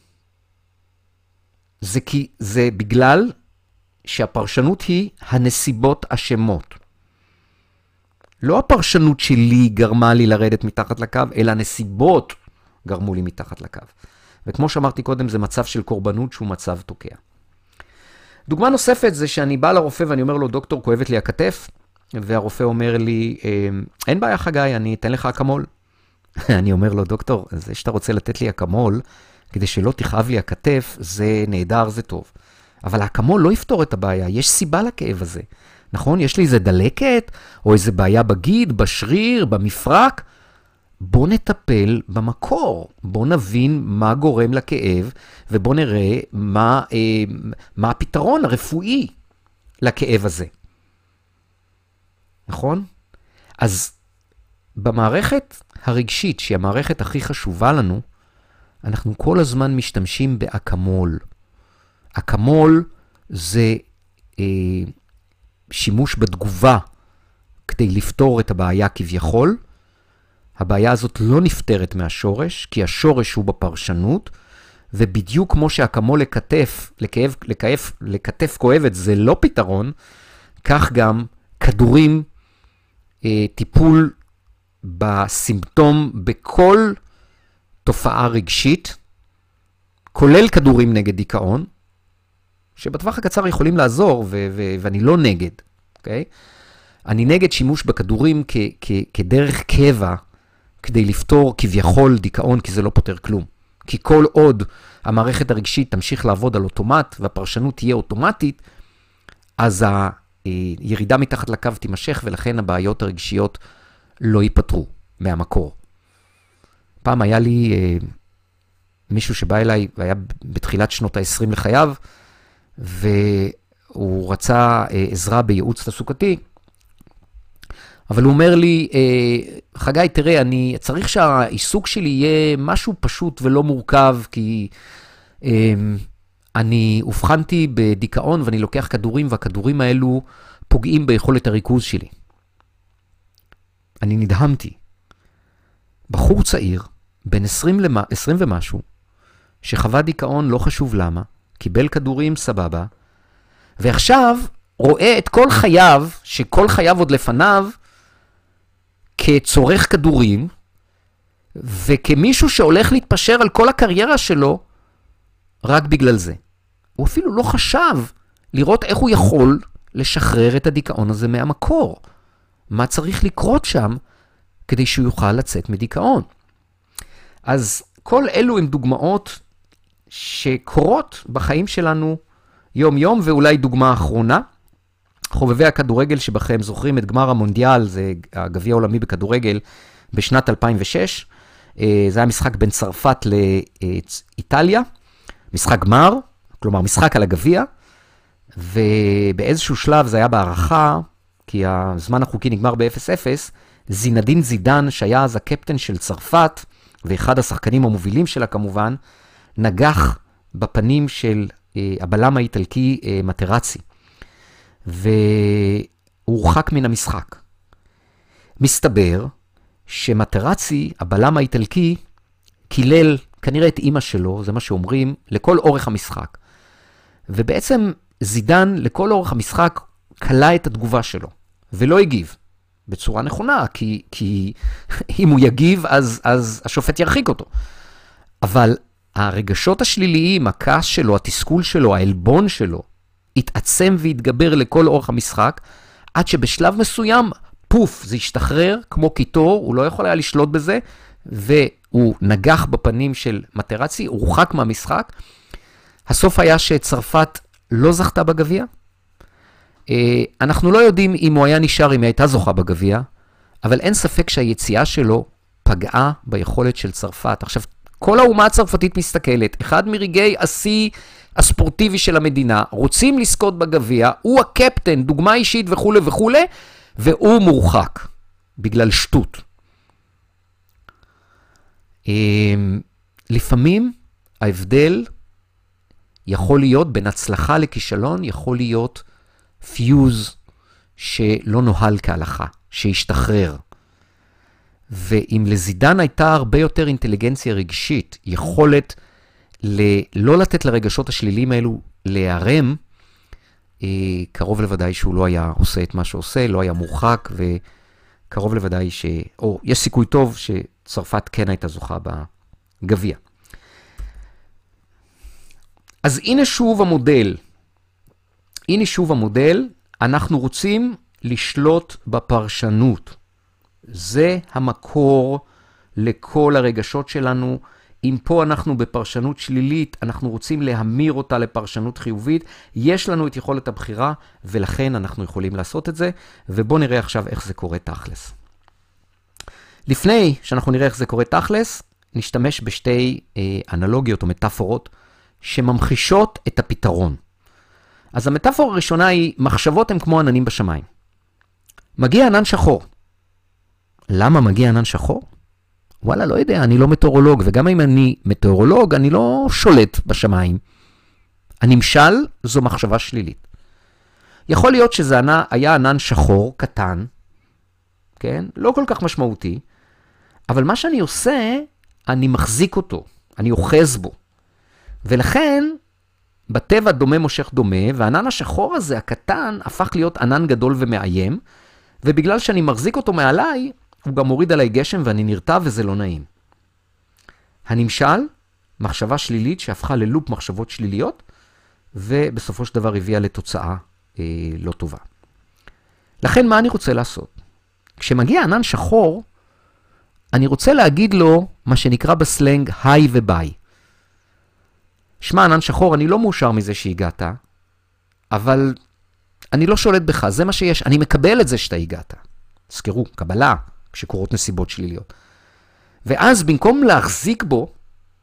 זה בגלל שהפרשנות היא הנסיבות אשמות. לא הפרשנות שלי גרמה לי לרדת מתחת לקו, אלא הנסיבות גרמו לי מתחת לקו. וכמו שאמרתי קודם, זה מצב של קורבנות שהוא מצב תוקע. דוגמה נוספת זה שאני בא לרופא ואני אומר לו, דוקטור, כואבת לי הכתף, והרופא אומר לי, אין בעיה חגי, אני אתן לך אקמול. אני אומר לו, דוקטור, זה שאתה רוצה לתת לי אקמול, כדי שלא תכאב לי הכתף, זה נהדר, זה טוב. אבל האקמול לא יפתור את הבעיה, יש סיבה לכאב הזה. נכון? יש לי איזה דלקת, או איזה בעיה בגיד, בשריר, במפרק. בוא נטפל במקור, בוא נבין מה גורם לכאב, ובוא נראה מה הפתרון הרפואי לכאב הזה. נכון? אז במערכת הרגשית, שהיא המערכת הכי חשובה לנו, אנחנו כל הזמן משתמשים באקמול. אקמול זה שימוש בתגובה כדי לפתור את הבעיה כביכול. הבעיה הזאת לא נפתרת מהשורש, כי השורש הוא בפרשנות, ובדיוק כמו שאקמול לכתף כואבת זה לא פתרון, כך גם כדורים, טיפול בסימפטום בכל תופעה רגשית, כולל כדורים נגד דיכאון, שבטווח הקצר יכולים לעזור, ואני לא נגד, אוקיי? אני נגד שימוש בכדורים כדרך קבע, כדי לפתור כביכול דיכאון, כי זה לא פותר כלום. כי כל עוד המערכת הרגשית תמשיך לעבוד על אוטומט, והפרשנות תהיה אוטומטית, אז הירידה מתחת לקו תימשך, ולכן הבעיות הרגשיות לא ייפתרו מהמקור. פעם היה לי מישהו שבא אליי, והיה בתחילת שנות ה-20 לחייו, והוא רצה עזרה בייעוץ תעסוקתי, אבל הוא אומר לי, חגי, תראה, אני צריך שהעיסוק שלי יהיה משהו פשוט ולא מורכב, כי אני הובחנתי בדיכאון ואני לוקח כדורים, והכדורים האלו פוגעים ביכולת הריכוז שלי. אני נדהמתי. בחור צעיר, בן 20 ומשהו, שחווה דיכאון לא חשוב למה, קיבל כדורים סבבה, ועכשיו רואה את כל חייו, שכל חייו עוד לפניו, כצורך כדורים, וכמישהו שהולך להתפשר על כל הקריירה שלו, רק בגלל זה. הוא אפילו לא חשב לראות איך הוא יכול לשחרר את הדיכאון הזה מהמקור. מה צריך לקרות שם כדי שהוא יוכל לצאת מדיכאון. אז כל אלו הם דוגמאות שקורות בחיים שלנו יום יום, ואולי דוגמה אחרונה. חובבי הכדורגל שבכם זוכרים את גמר המונדיאל, זה הגביע העולמי בכדורגל בשנת 2006. זה היה משחק בין צרפת לאיטליה. משחק גמר, כלומר משחק על הגביע, ובאיזשהו שלב זה היה בהערכה, כי הזמן החוקי נגמר ב-0-0, זינדין זידן, שהיה אז הקפטן של צרפת, ואחד השחקנים המובילים שלה כמובן, נגח בפנים של הבלם האיטלקי מטרצי, והוא הורחק מן המשחק. מסתבר שמטרצי, הבלם האיטלקי, קילל כנראה את אמא שלו, זה מה שאומרים, לכל אורך המשחק. ובעצם זידן לכל אורך המשחק קלה את התגובה שלו, ולא הגיב בצורה נכונה, כי אם הוא יגיב אז השופט ירחיק אותו. אבל הרגשות השליליים, הכעס שלו, התסכול שלו, העלבון שלו, התעצם והתגבר לכל אורך המשחק, עד שבשלב מסוים, פוף, זה השתחרר כמו קיטור, הוא לא יכול היה לשלוט בזה, והוא נגח בפנים של מטרצי, הוא הורחק מהמשחק. הסוף היה שצרפת לא זכתה בגביע. אנחנו לא יודעים אם הוא היה נשאר, אם היא הייתה זוכה בגביע, אבל אין ספק שהיציאה שלו פגעה ביכולת של צרפת. עכשיו, כל האומה הצרפתית מסתכלת, אחד מרגעי השיא הספורטיבי של המדינה, רוצים לזכות בגביע, הוא הקפטן, דוגמה אישית וכו' וכו', והוא מורחק, בגלל שטות. לפעמים ההבדל יכול להיות בין הצלחה לכישלון, יכול להיות פיוז שלא נוהל כהלכה, שהשתחרר. ואם לזידן הייתה הרבה יותר אינטליגנציה רגשית, יכולת לא לתת לרגשות השליליים האלו להיערם, קרוב לוודאי שהוא לא היה עושה את מה שעושה, לא היה מורחק, וקרוב לוודאי או יש סיכוי טוב שצרפת כן הייתה זוכה בגביע. אז הנה שוב המודל. הנה שוב המודל, אנחנו רוצים לשלוט בפרשנות. זה המקור לכל הרגשות שלנו. אם פה אנחנו בפרשנות שלילית, אנחנו רוצים להמיר אותה לפרשנות חיובית. יש לנו את יכולת הבחירה, ולכן אנחנו יכולים לעשות את זה. ובואו נראה עכשיו איך זה קורה תכלס. לפני שאנחנו נראה איך זה קורה תכלס, נשתמש בשתי אנלוגיות או מטאפורות שממחישות את הפתרון. אז המטאפורה הראשונה היא, מחשבות הן כמו עננים בשמיים. מגיע ענן שחור. למה מגיע ענן שחור? וואלה, לא יודע, אני לא מטאורולוג, וגם אם אני מטאורולוג, אני לא שולט בשמיים. הנמשל זו מחשבה שלילית. יכול להיות שזה היה ענן שחור, קטן, כן? לא כל כך משמעותי, אבל מה שאני עושה, אני מחזיק אותו, אני אוחז בו. ולכן, בטבע דומה מושך דומה, והענן השחור הזה, הקטן, הפך להיות ענן גדול ומאיים, ובגלל שאני מחזיק אותו מעליי, הוא גם מוריד עליי גשם ואני נרתע וזה לא נעים. הנמשל, מחשבה שלילית שהפכה ללופ מחשבות שליליות, ובסופו של דבר הביאה לתוצאה לא טובה. לכן מה אני רוצה לעשות? כשמגיע ענן שחור, אני רוצה להגיד לו מה שנקרא בסלנג היי וביי. שמע, ענן שחור, אני לא מאושר מזה שהגעת, אבל אני לא שולט בך, זה מה שיש. אני מקבל את זה שאתה הגעת. תזכרו, קבלה, כשקורות נסיבות שליליות. ואז במקום להחזיק בו,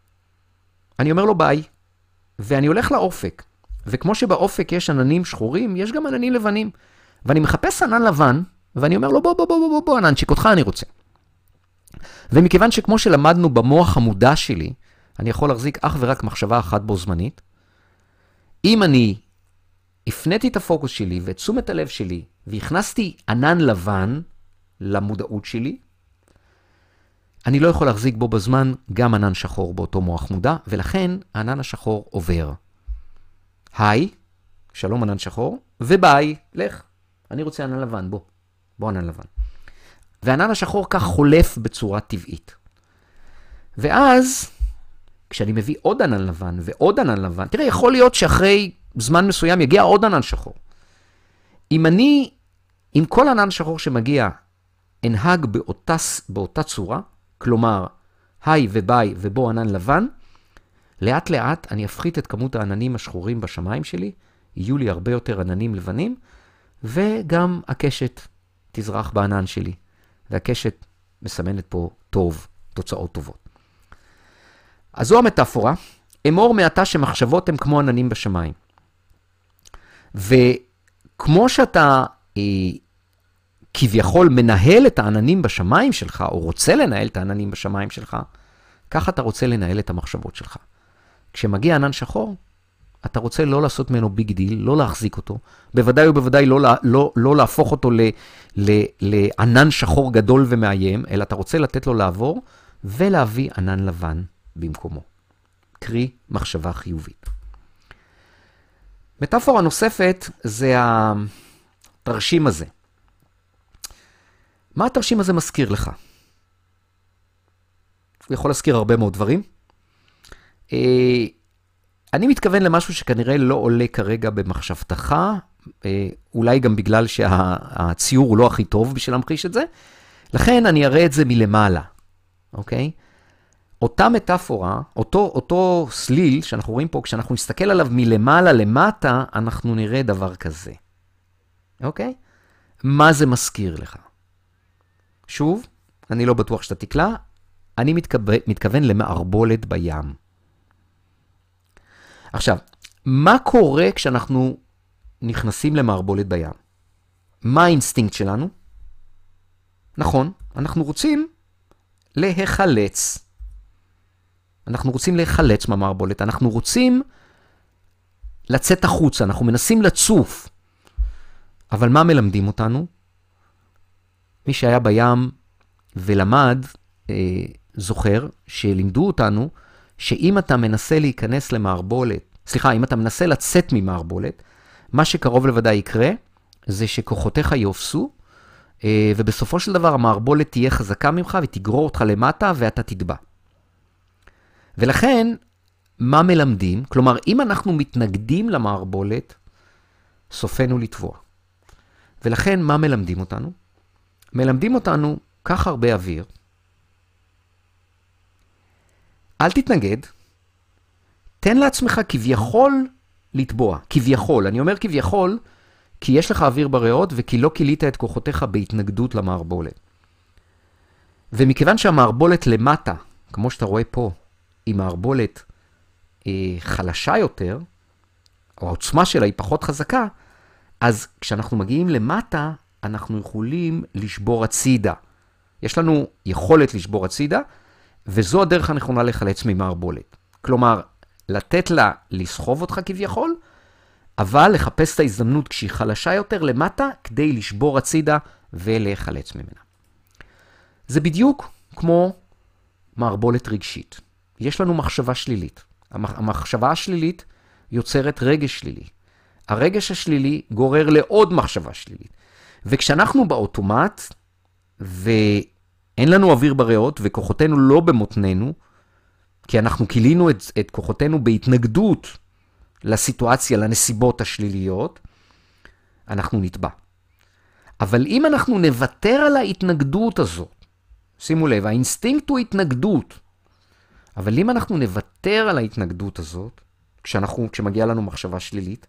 אני אומר לו ביי, ואני הולך לאופק. וכמו שבאופק יש עננים שחורים, יש גם עננים לבנים. ואני מחפש ענן לבן, ואני אומר לו בוא, עננצ'יק, אותך אני רוצה. ומכיוון שכמו שלמדנו במוח המודע שלי, אני יכול להחזיק אך ורק מחשבה אחת בו זמנית, אם אני הפניתי את הפוקוס שלי ואת תשומת הלב שלי, והכנסתי ענן לבן למודעות שלי, אני לא יכול להחזיק בו בזמן גם ענן שחור באותו מוח מודע, ולכן הענן השחור עובר. היי, שלום ענן שחור, וביי, לך. אני רוצה ענן לבן, בוא ענן לבן. והענן השחור כך חולף בצורה טבעית. ואז, כשאני מביא עוד ענן לבן ועוד ענן לבן, תראה, יכול להיות שאחרי זמן מסוים יגיע עוד ענן שחור. אם כל ענן שחור שמגיע אנהג באותה צורה, כלומר, היי וביי ובוא ענן לבן, לאט לאט אני אפחית את כמות העננים השחורים בשמיים שלי, יהיו לי הרבה יותר עננים לבנים, וגם הקשת תזרח בענן שלי. והקשת מסמנת פה טוב, תוצאות טובות. אז זו המטאפורה, אמור מעתה שמחשבות הן כמו עננים בשמיים. וכמו שאתה כביכול מנהל את העננים בשמיים שלך, או רוצה לנהל את העננים בשמיים שלך, ככה אתה רוצה לנהל את המחשבות שלך. כשמגיע ענן שחור, אתה רוצה לא לעשות ממנו ביג דיל, לא להחזיק אותו, בוודאי ובוודאי לא להפוך אותו לענן שחור גדול ומאיים, אלא אתה רוצה לתת לו לעבור, ולהביא ענן לבן במקומו. קרי, מחשבה חיובית. מטאפורה נוספת זה התרשים הזה. מה התרשים הזה מזכיר לך? הוא יכול להזכיר הרבה מאוד דברים. אני מתכוון למשהו שכנראה לא עולה כרגע במחשבתך, אולי גם בגלל שהציור הוא לא הכי טוב בשביל להמחיש את זה, לכן אני אראה את זה מלמעלה, אוקיי? אותה מטאפורה, אותו סליל שאנחנו רואים פה, כשאנחנו נסתכל עליו מלמעלה למטה, אנחנו נראה דבר כזה, אוקיי? מה זה מזכיר לך? שוב, אני לא בטוח שאתה תקלע, אני מתכוון למערבולת בים. עכשיו, מה קורה כשאנחנו נכנסים למערבולת בים? מה האינסטינקט שלנו? נכון, אנחנו רוצים להיחלץ. אנחנו רוצים להיחלץ מהמערבולת, אנחנו רוצים לצאת החוצה, אנחנו מנסים לצוף. אבל מה מלמדים אותנו? מי שהיה בים ולמד, זוכר שלימדו אותנו שאם אתה מנסה להיכנס למערבולת, אם אתה מנסה לצאת ממערבולת, מה שקרוב לוודאי יקרה, זה שכוחותיך יופסו, ובסופו של דבר המערבולת תהיה חזקה ממך, ותגרור אותך למטה, ואתה תטבע. ולכן, מה מלמדים? כלומר, אם אנחנו מתנגדים למערבולת, סופנו לטבוע. ולכן, מה מלמדים אותנו? מלמדים אותנו, קח הרבה אוויר, אל תתנגד, תן לעצמך כביכול לטבוע. כביכול, אני אומר כביכול, כי יש לך אוויר בריאות וכי לא כילית את כוחותיך בהתנגדות למערבולת. ומכיוון שהמערבולת למטה, כמו שאתה רואה פה, היא מערבולת חלשה יותר, או העוצמה שלה היא פחות חזקה, אז כשאנחנו מגיעים למטה, אנחנו יכולים לשבור הצידה. יש לנו יכולת לשבור הצידה, וזו הדרך הנכונה לחלץ ממערבולת. כלומר, לתת לה לסחוב אותך כביכול, אבל לחפש את ההזדמנות כשהיא חלשה יותר למטה, כדי לשבור הצידה ולהחלץ ממנה. זה בדיוק כמו מערבולת רגשית. יש לנו מחשבה שלילית. המחשבה השלילית יוצרת רגש שלילי. הרגש השלילי גורר לעוד מחשבה שלילית. וכשאנחנו באוטומט, ואין לנו אוויר בריאות, וכוחותינו לא במותנינו, כי אנחנו קילינו את כוחותינו בהתנגדות לסיטואציה, לנסיבות השליליות, אנחנו נטבע. אבל אם אנחנו נוותר על ההתנגדות הזאת, שימו לב, האינסטינקט הוא התנגדות, אבל אם אנחנו נוותר על ההתנגדות הזאת, כשמגיעה לנו מחשבה שלילית,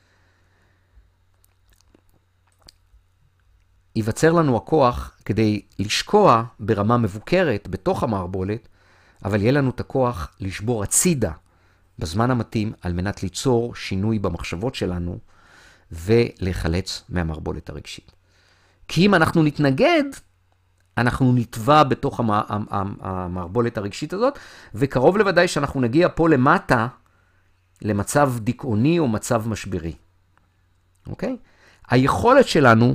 ייווצר לנו הכוח כדי לשקוע ברמה מבוקרת בתוך המערבולת, אבל יהיה לנו את הכוח לשבור הצידה בזמן המתאים על מנת ליצור שינוי במחשבות שלנו ולחלץ מהמערבולת הרגשית. כי אם אנחנו נתנגד, אנחנו נטבע בתוך המערבולת הרגשית הזאת, וקרוב לוודאי שאנחנו נגיע פה למטה למצב דיכאוני או מצב משברי. אוקיי? היכולת שלנו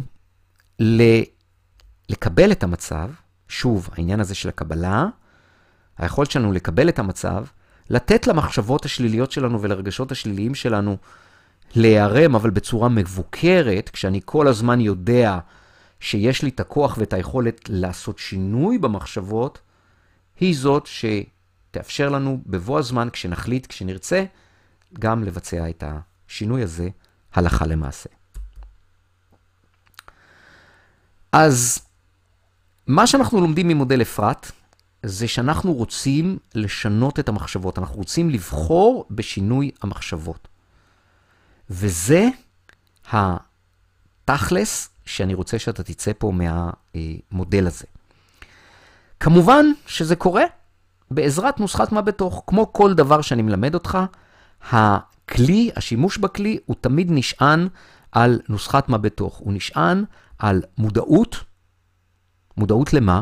לקבל את המצב, שוב, העניין הזה של הקבלה, היכולת שלנו לקבל את המצב, לתת למחשבות השליליות שלנו ולרגשות השליליים שלנו להיערם, אבל בצורה מבוקרת, כשאני כל הזמן יודע שיש לי את הכוח ואת היכולת לעשות שינוי במחשבות, היא זאת שתאפשר לנו בבוא הזמן, כשנחליט, כשנרצה, גם לבצע את השינוי הזה הלכה למעשה. אז מה שאנחנו לומדים ממודל אפרת, זה שאנחנו רוצים לשנות את המחשבות, אנחנו רוצים לבחור בשינוי המחשבות. וזה התכלס שאני רוצה שאתה תצא פה מהמודל הזה. כמובן שזה קורה בעזרת נוסחת מה בתוך. כמו כל דבר שאני מלמד אותך, הכלי, השימוש בכלי, הוא תמיד נשען על נוסחת מה בתוך. הוא נשען על מודעות. מודעות למה?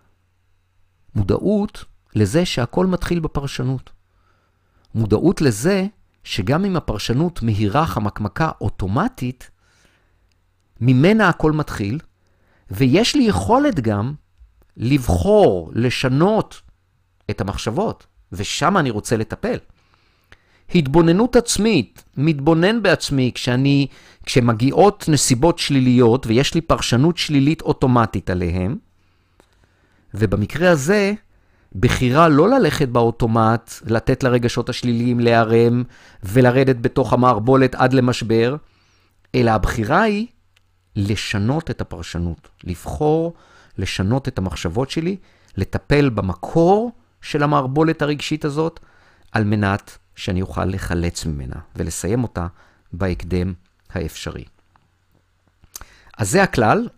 מודעות לזה שהכל מתחיל בפרשנות. מודעות לזה שגם אם הפרשנות מהירה חמקמקה אוטומטית, ממנה הכל מתחיל, ויש לי יכולת גם לבחור, לשנות את המחשבות, ושם אני רוצה לטפל. התבוננות עצמית, מתבונן בעצמי כשמגיעות נסיבות שליליות, ויש לי פרשנות שלילית אוטומטית עליהם, ובמקרה הזה, בחירה לא ללכת באוטומט, לתת לרגשות השליליים להיערם, ולרדת בתוך המערבולת עד למשבר, אלא הבחירה היא לשנות את הפרשנות, לבחור, לשנות את המחשבות שלי, לטפל במקור של המערבולת הרגשית הזאת, על מנת שאני אוכל לחלץ ממנה, ולסיים אותה בהקדם האפשרי. אז זה הכלל,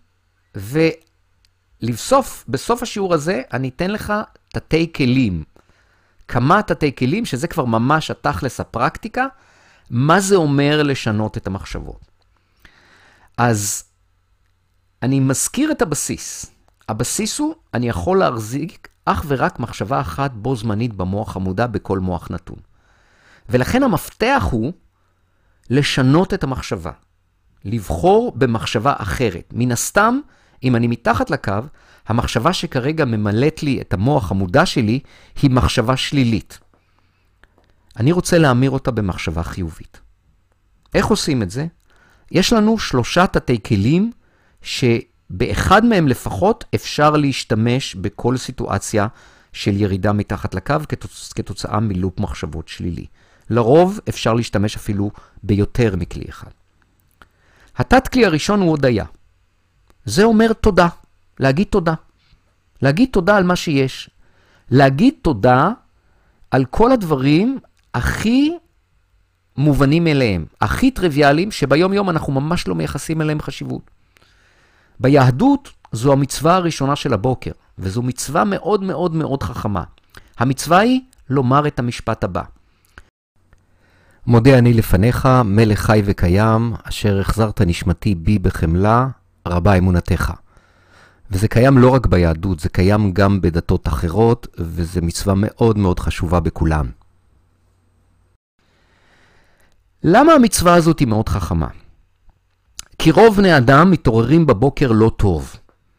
בסוף השיעור הזה אני אתן לך תתי כלים. כמה תתי כלים, שזה כבר ממש התכלס הפרקטיקה, מה זה אומר לשנות את המחשבות. אז אני מזכיר את הבסיס. הבסיס הוא, אני יכול להחזיק אך ורק מחשבה אחת בו זמנית במוח המודע בכל מוח נתון. ולכן המפתח הוא לשנות את המחשבה. לבחור במחשבה אחרת. מן הסתם, אם אני מתחת לקו, המחשבה שכרגע ממלאת לי את המוח המודע שלי, היא מחשבה שלילית. אני רוצה להמיר אותה במחשבה חיובית. איך עושים את זה? יש לנו 3 תתי כלים, שבאחד מהם לפחות אפשר להשתמש בכל סיטואציה של ירידה מתחת לקו, כתוצאה מלופ מחשבות שלילי. לרוב אפשר להשתמש אפילו ביותר מכלי אחד. התת כלי הראשון הוא הודיה. זה אומר תודה, להגיד תודה. להגיד תודה על מה שיש. להגיד תודה על כל הדברים הכי מובנים אליהם, הכי טריוויאליים, שביום יום אנחנו ממש לא מייחסים אליהם חשיבות. ביהדות זו המצווה הראשונה של הבוקר, וזו מצווה מאוד מאוד מאוד חכמה. המצווה היא לומר את המשפט הבא. מודה אני לפניך, מלך חי וקיים, אשר החזרת נשמתי בי בחמלה, רבה אמונתך. וזה קיים לא רק ביהדות, זה קיים גם בדתות אחרות, וזה מצווה מאוד מאוד חשובה בכולם. למה המצווה הזאת היא מאוד חכמה? כי רוב בני אדם מתעוררים בבוקר לא טוב.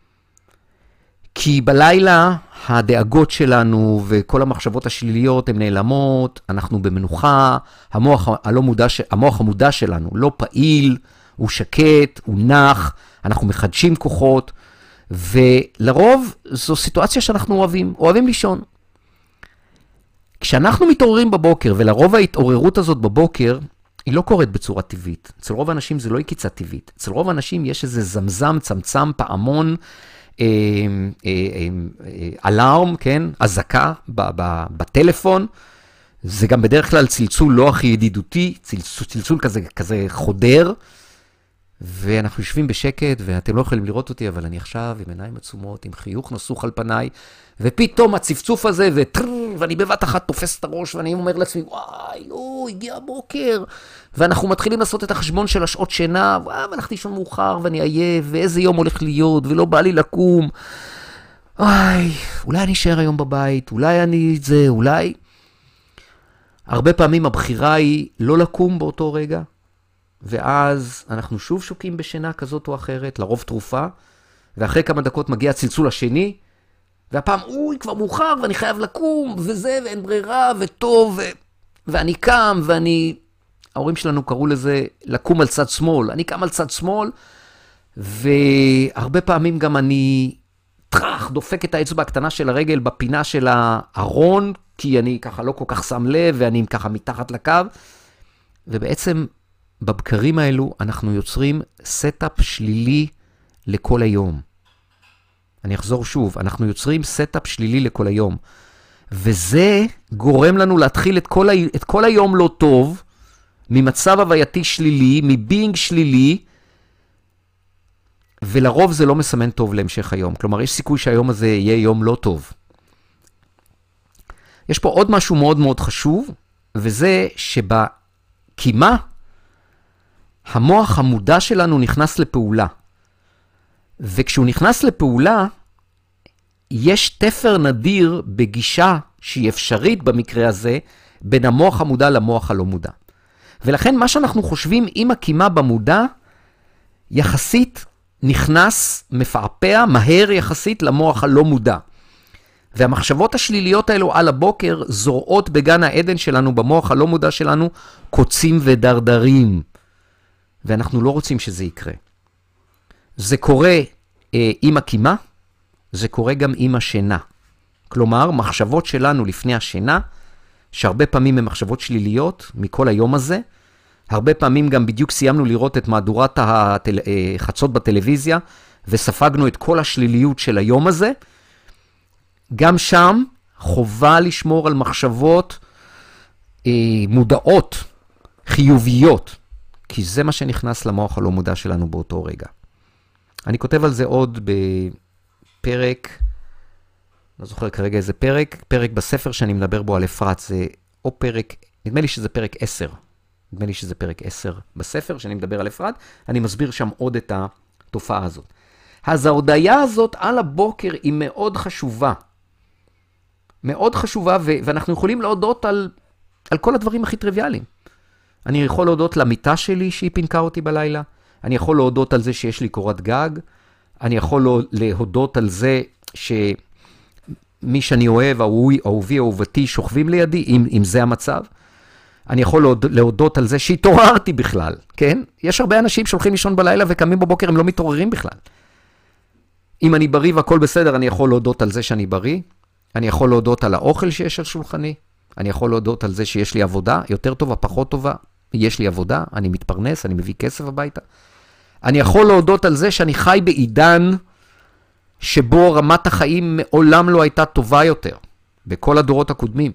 כי בלילה הדאגות שלנו וכל המחשבות השליליות הן נעלמות, אנחנו במנוחה, המוח המודע שלנו לא פעיל, הוא שקט, הוא נח, אנחנו מחדשים כוחות, ולרוב זו סיטואציה שאנחנו אוהבים לישון. כשאנחנו מתעוררים בבוקר, ולרוב ההתעוררות הזאת בבוקר, היא לא קורית בצורה טבעית. אצל רוב האנשים זה לא יקיצה טבעית. אצל רוב האנשים יש איזה זמזם, צמצם, פעמון, אלארם, כן? אזעקה בטלפון. זה גם בדרך כלל צלצול לא הכי ידידותי, צלצול כזה חודר. ואנחנו יושבים בשקט, ואתם לא יכולים לראות אותי, אבל אני עכשיו עם עיניים עצומות, עם חיוך נסוך על פניי, ופתאום הצפצוף הזה, ואני בבת אחת תופס את הראש, ואני אומר לעצמי, וואי, לא, הגיע הבוקר, ואנחנו מתחילים לעשות את החשבון של השעות שינה, והלכתי לישון מאוחר, ואני עייף, ואיזה יום הולך להיות, ולא בא לי לקום, אולי אני אשאר היום בבית, אולי אני אולי... הרבה פעמים הבחירה היא לא לקום באותו רגע, ואז אנחנו שוב שוקים בשינה כזאת או אחרת, לרוב תרופה, ואחרי כמה דקות מגיע הצלצול השני, והפעם, כבר מאוחר, ואני חייב לקום, וזה, ואין ברירה, וטוב, ואני קם, ההורים שלנו קראו לזה לקום על צד שמאל. אני קם על צד שמאל, והרבה פעמים גם אני דופק את האצבע הקטנה של הרגל בפינה של הארון, כי אני ככה לא כל כך שם לב, ואני ככה מתחת לקו, ובעצם בבקרים האלו אנחנו יוצרים סטאפ שלילי לכל היום. אני אחזור שוב, אנחנו יוצרים סטאפ שלילי לכל היום, וזה גורם לנו להתחיל את כל היום לא טוב, ממצב הווייתי שלילי, מביינג שלילי, ולרוב זה לא מסמן טוב להמשך היום. כלומר, יש סיכוי שהיום הזה יהיה יום לא טוב. יש פה עוד משהו מאוד מאוד חשוב, וזה שבקימה, המוח המודע שלנו נכנס לפעולה. וכשהוא נכנס לפעולה, יש תפר נדיר בגישה שהיא אפשרית במקרה הזה, בין המוח המודע למוח הלא מודע. ולכן מה שאנחנו חושבים עם הקימה במודע, יחסית נכנס, מפעפע, מהר יחסית למוח הלא מודע. והמחשבות השליליות האלו על הבוקר זורעות בגן העדן שלנו, במוח הלא מודע שלנו, קוצים ודרדרים. ואנחנו לא רוצים שזה יקרה. זה קורה עם הקימה, זה קורה גם עם השינה. כלומר, מחשבות שלנו לפני השינה, שהרבה פעמים הן מחשבות שליליות מכל היום הזה, הרבה פעמים גם בדיוק סיימנו לראות את מהדורת החצות בטלוויזיה, וספגנו את כל השליליות של היום הזה. גם שם חובה לשמור על מחשבות מודעות, חיוביות, כי זה מה שנכנס למוח הלא מודע שלנו באותו רגע. אני כותב על זה עוד בפרק, לא זוכר כרגע איזה פרק בספר שאני מדבר בו על אפרת, זה או פרק, נדמה לי שזה פרק 10, נדמה לי שזה פרק 10 בספר שאני מדבר על אפרת, אני מסביר שם עוד את התופעה הזאת. אז ההודעה הזאת על הבוקר היא מאוד חשובה, מאוד חשובה, ואנחנו יכולים להודות על כל הדברים הכי טריוויאליים. אני יכול להודות למיטה שלי שהיא פינקה אותי בלילה, אני יכול להודות על זה שיש לי קורת גג, אני יכול להודות על זה שמי שאני אוהב, אהובי, אהובתי, שוכבים לידי, אם זה המצב. אני יכול להודות על זה שהתעוררתי בכלל, כן? יש הרבה אנשים שהולכים לישון בלילה וקמים בבוקר, הם לא מתעוררים בכלל. אם אני בריא והכל בסדר, אני יכול להודות על זה שאני בריא, אני יכול להודות על האוכל שיש על שולחני, אני יכול להודות על זה שיש לי עבודה, יותר טובה, פחות טובה, יש לי עבודה, אני מתפרנס, אני מביא כסף הביתה. אני יכול להודות על זה שאני חי בעידן שבו רמת החיים מעולם לא הייתה טובה יותר, בכל הדורות הקודמים.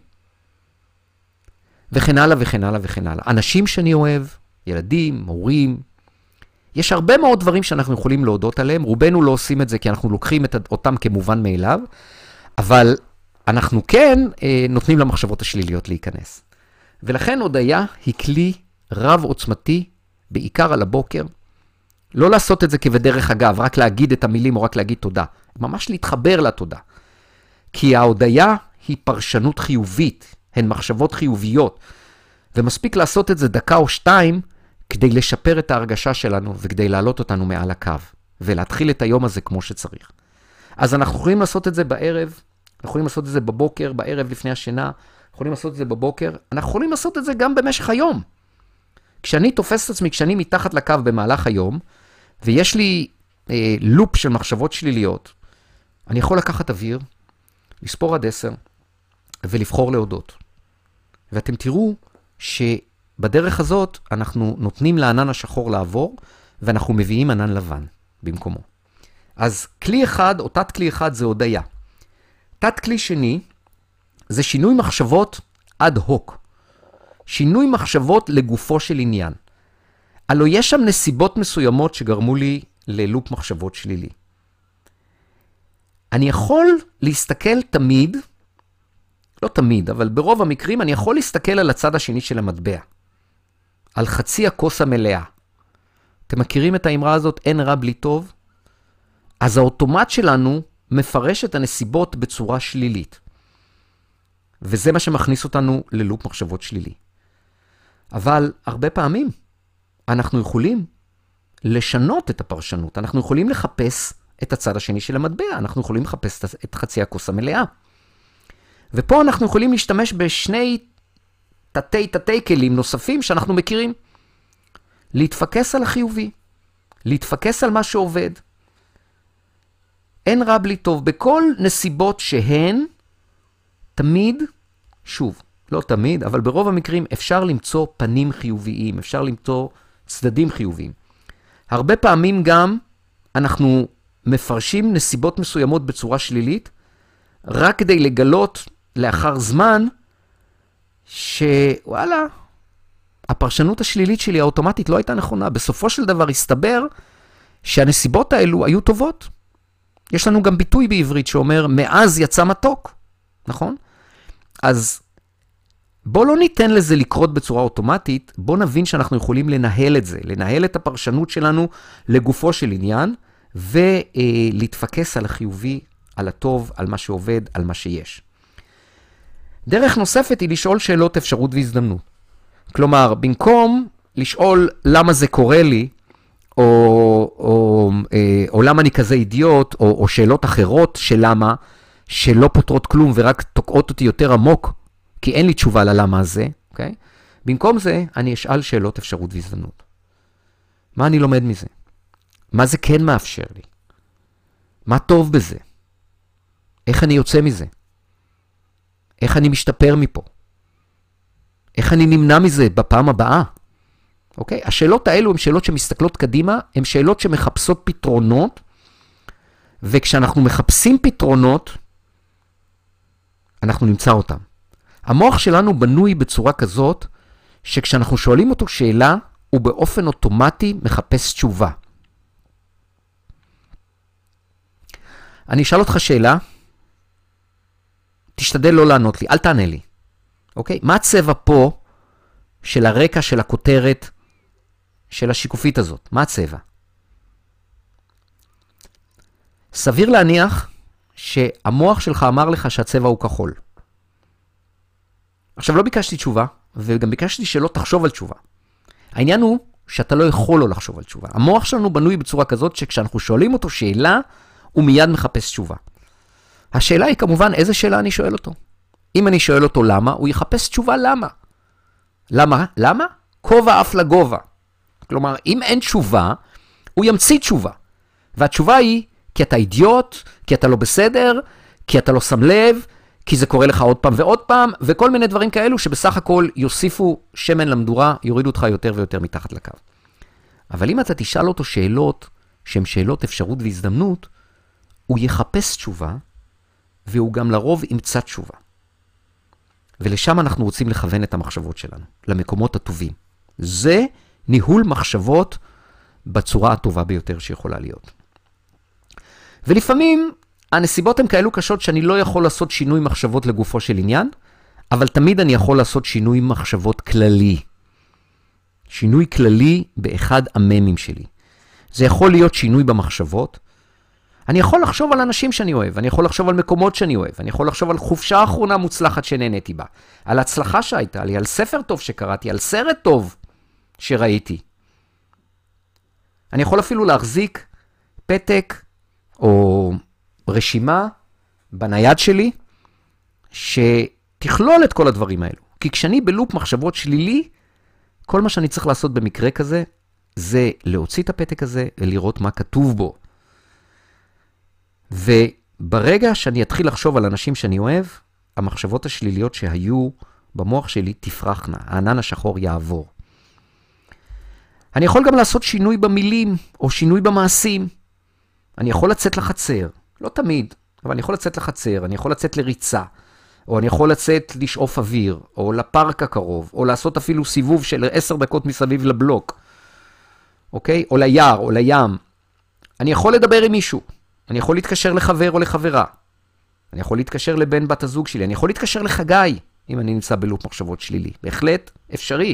וכן הלאה וכן הלאה וכן הלאה. אנשים שאני אוהב, ילדים, הורים, יש הרבה מאוד דברים שאנחנו יכולים להודות עליהם, רובנו לא עושים את זה כי אנחנו לוקחים אותם כמובן מאליו, אבל אנחנו כן נותנים למחשבות השליליות להיכנס. ולכן הודיה היא כלי רב עוצמתי, בעיקר על הבוקר, לא לעשות את זה כבדרך אגב, רק להגיד את המילים או רק להגיד תודה, ממש להתחבר לתודה. כי ההודיה היא פרשנות חיובית, הן מחשבות חיוביות, ומספיק לעשות את זה דקה או שתיים, כדי לשפר את ההרגשה שלנו, וכדי להעלות אותנו מעל הקו, ולהתחיל את היום הזה כמו שצריך. אז אנחנו יכולים לעשות את זה בערב, אנחנו יכולים לעשות את זה בבוקר, בערב לפני השינה, יכולים לעשות את זה בבוקר, אנחנו יכולים לעשות את זה גם במשך היום. כשאני תופס את עצמי, כשאני מתחת לקו במהלך היום, ויש לי לופ של מחשבות שליליות, אני יכול לקחת אוויר, לספור עד 10, ולבחור להודות. ואתם תראו שבדרך הזאת אנחנו נותנים לענן השחור לעבור, ואנחנו מביאים ענן לבן במקומו. אז כלי אחד, או תת כלי אחד, זה הודיה. תת כלי שני, זה שינוי מחשבות אד הוק. שינוי מחשבות לגופו של עניין. הלוא יש שם נסיבות מסוימות שגרמו לי ללופ מחשבות שלילי. אני יכול להסתכל תמיד, לא תמיד, אבל ברוב המקרים אני יכול להסתכל על הצד השני של המטבע. על חצי הכוס המלאה. אתם מכירים את האמרה הזאת, אין רע בלי טוב? אז האוטומט שלנו מפרש את הנסיבות בצורה שלילית. וזה מה שמכניס אותנו ללופ מחשבות שלילי. אבל הרבה פעמים אנחנו יכולים לשנות את הפרשנות, אנחנו יכולים לחפש את הצד השני של המטבע, אנחנו יכולים לחפש את חצי הכוס המלאה. ופה אנחנו יכולים להשתמש בשני תתי כלים נוספים שאנחנו מכירים. להתפקס על החיובי, להתפקס על מה שעובד. אין רע בלי טוב. בכל נסיבות שהן, תמיד, שוב, לא תמיד, אבל ברוב המקרים אפשר למצוא פנים חיוביים, אפשר למצוא צדדים חיוביים. הרבה פעמים גם אנחנו מפרשים נסיבות מסוימות בצורה שלילית, רק כדי לגלות לאחר זמן שוואלה, הפרשנות השלילית שלי האוטומטית לא הייתה נכונה. בסופו של דבר הסתבר שהנסיבות האלו היו טובות. יש לנו גם ביטוי בעברית שאומר, מאז יצא מתוק, נכון? אז בוא לא ניתן לזה לקרות בצורה אוטומטית, בוא נבין שאנחנו יכולים לנהל את זה, לנהל את הפרשנות שלנו לגופו של עניין, ולהתפקס על החיובי, על הטוב, על מה שעובד, על מה שיש. דרך נוספת היא לשאול שאלות אפשרות והזדמנות. כלומר, במקום לשאול למה זה קורה לי, או למה אני כזה אידיוט, או שאלות אחרות של למה, שלא פותרות כלום ורק תוקעות אותי יותר עמוק, כי אין לי תשובה ללמה הזה, אוקיי? במקום זה, אני אשאל שאלות אפשרות והזדמנות. מה אני לומד מזה? מה זה כן מאפשר לי? מה טוב בזה? איך אני יוצא מזה? איך אני משתפר מפה? איך אני נמנע מזה בפעם הבאה? אוקיי? השאלות האלו הן שאלות שמסתכלות קדימה, הן שאלות שמחפשות פתרונות, וכשאנחנו מחפשים פתרונות, אנחנו נמצא אותם. המוח שלנו בנוי בצורה כזאת, שכשאנחנו שואלים אותו שאלה, הוא באופן אוטומטי מחפש תשובה. אני אשאל אותך שאלה, תשתדל לא לענות לי, אל תענה לי. אוקיי? מה הצבע פה של הרקע של הכותרת של השיקופית הזאת? מה הצבע? סביר להניח שהמוח שלך אמר לך שהצבע הוא כחול. עכשיו לא ביקשתי תשובה, וגם ביקשתי שלא תחשוב על תשובה. העניין הוא שאתה לא יכול לא לחשוב על תשובה. המוח שלנו בנוי בצורה כזאת שכשאנחנו שואלים אותו שאלה, הוא מיד מחפש תשובה. השאלה היא כמובן איזה שאלה אני שואל אותו. אם אני שואל אותו למה, הוא יחפש תשובה למה. למה? למה? כובע אף לגובה. כלומר, אם אין תשובה, הוא ימציא תשובה. והתשובה היא, כי אתה אידיוט, כי אתה לא בסדר, כי אתה לא שם לב, כי זה קורה לך עוד פעם ועוד פעם, וכל מיני דברים כאלו שבסך הכל יוסיפו שמן למדורה, יורידו אותך יותר ויותר מתחת לקו. אבל אם אתה תשאל אותו שאלות, שהן שאלות אפשרות והזדמנות, הוא יחפש תשובה, והוא גם לרוב ימצא תשובה. ולשם אנחנו רוצים לכוון את המחשבות שלנו, למקומות הטובים. זה ניהול מחשבות בצורה הטובה ביותר שיכולה להיות. ולפעמים הנסיבות הן כאלו קשות שאני לא יכול לעשות שינוי מחשבות לגופו של עניין, אבל תמיד אני יכול לעשות שינוי מחשבות כללי. שינוי כללי באחד הממים שלי. זה יכול להיות שינוי במחשבות. אני יכול לחשוב על אנשים שאני אוהב, אני יכול לחשוב על מקומות שאני אוהב, אני יכול לחשוב על חופשה האחרונה מוצלחת שנהניתי בה, על הצלחה שהייתה לי, על ספר טוב שקראתי, על סרט טוב שראיתי. אני יכול אפילו להחזיק פתק או רשימה בנייד שלי שתכלול את כל הדברים האלו. כי כשאני בלופ מחשבות שלילי, כל מה שאני צריך לעשות במקרה כזה, זה להוציא את הפתק הזה ולראות מה כתוב בו. וברגע שאני אתחיל לחשוב על אנשים שאני אוהב, המחשבות השליליות שהיו במוח שלי תפרחנה, הענן השחור יעבור. אני יכול גם לעשות שינוי במילים או שינוי במעשים. אני יכול לצאת לחצר, לא תמיד, אבל אני יכול לצאת לחצר, אני יכול לצאת לריצה, או אני יכול לצאת לשאוף אוויר, או לפארק הקרוב, או לעשות אפילו סיבוב של 10 דקות מסביב לבלוק, אוקיי? או ליער, או לים. אני יכול לדבר עם מישהו, אני יכול להתקשר לחבר או לחברה, אני יכול להתקשר לבן בת הזוג שלי, אני יכול להתקשר לחגי, אם אני נמצא בלופ מחשבות שלילי. בהחלט אפשרי.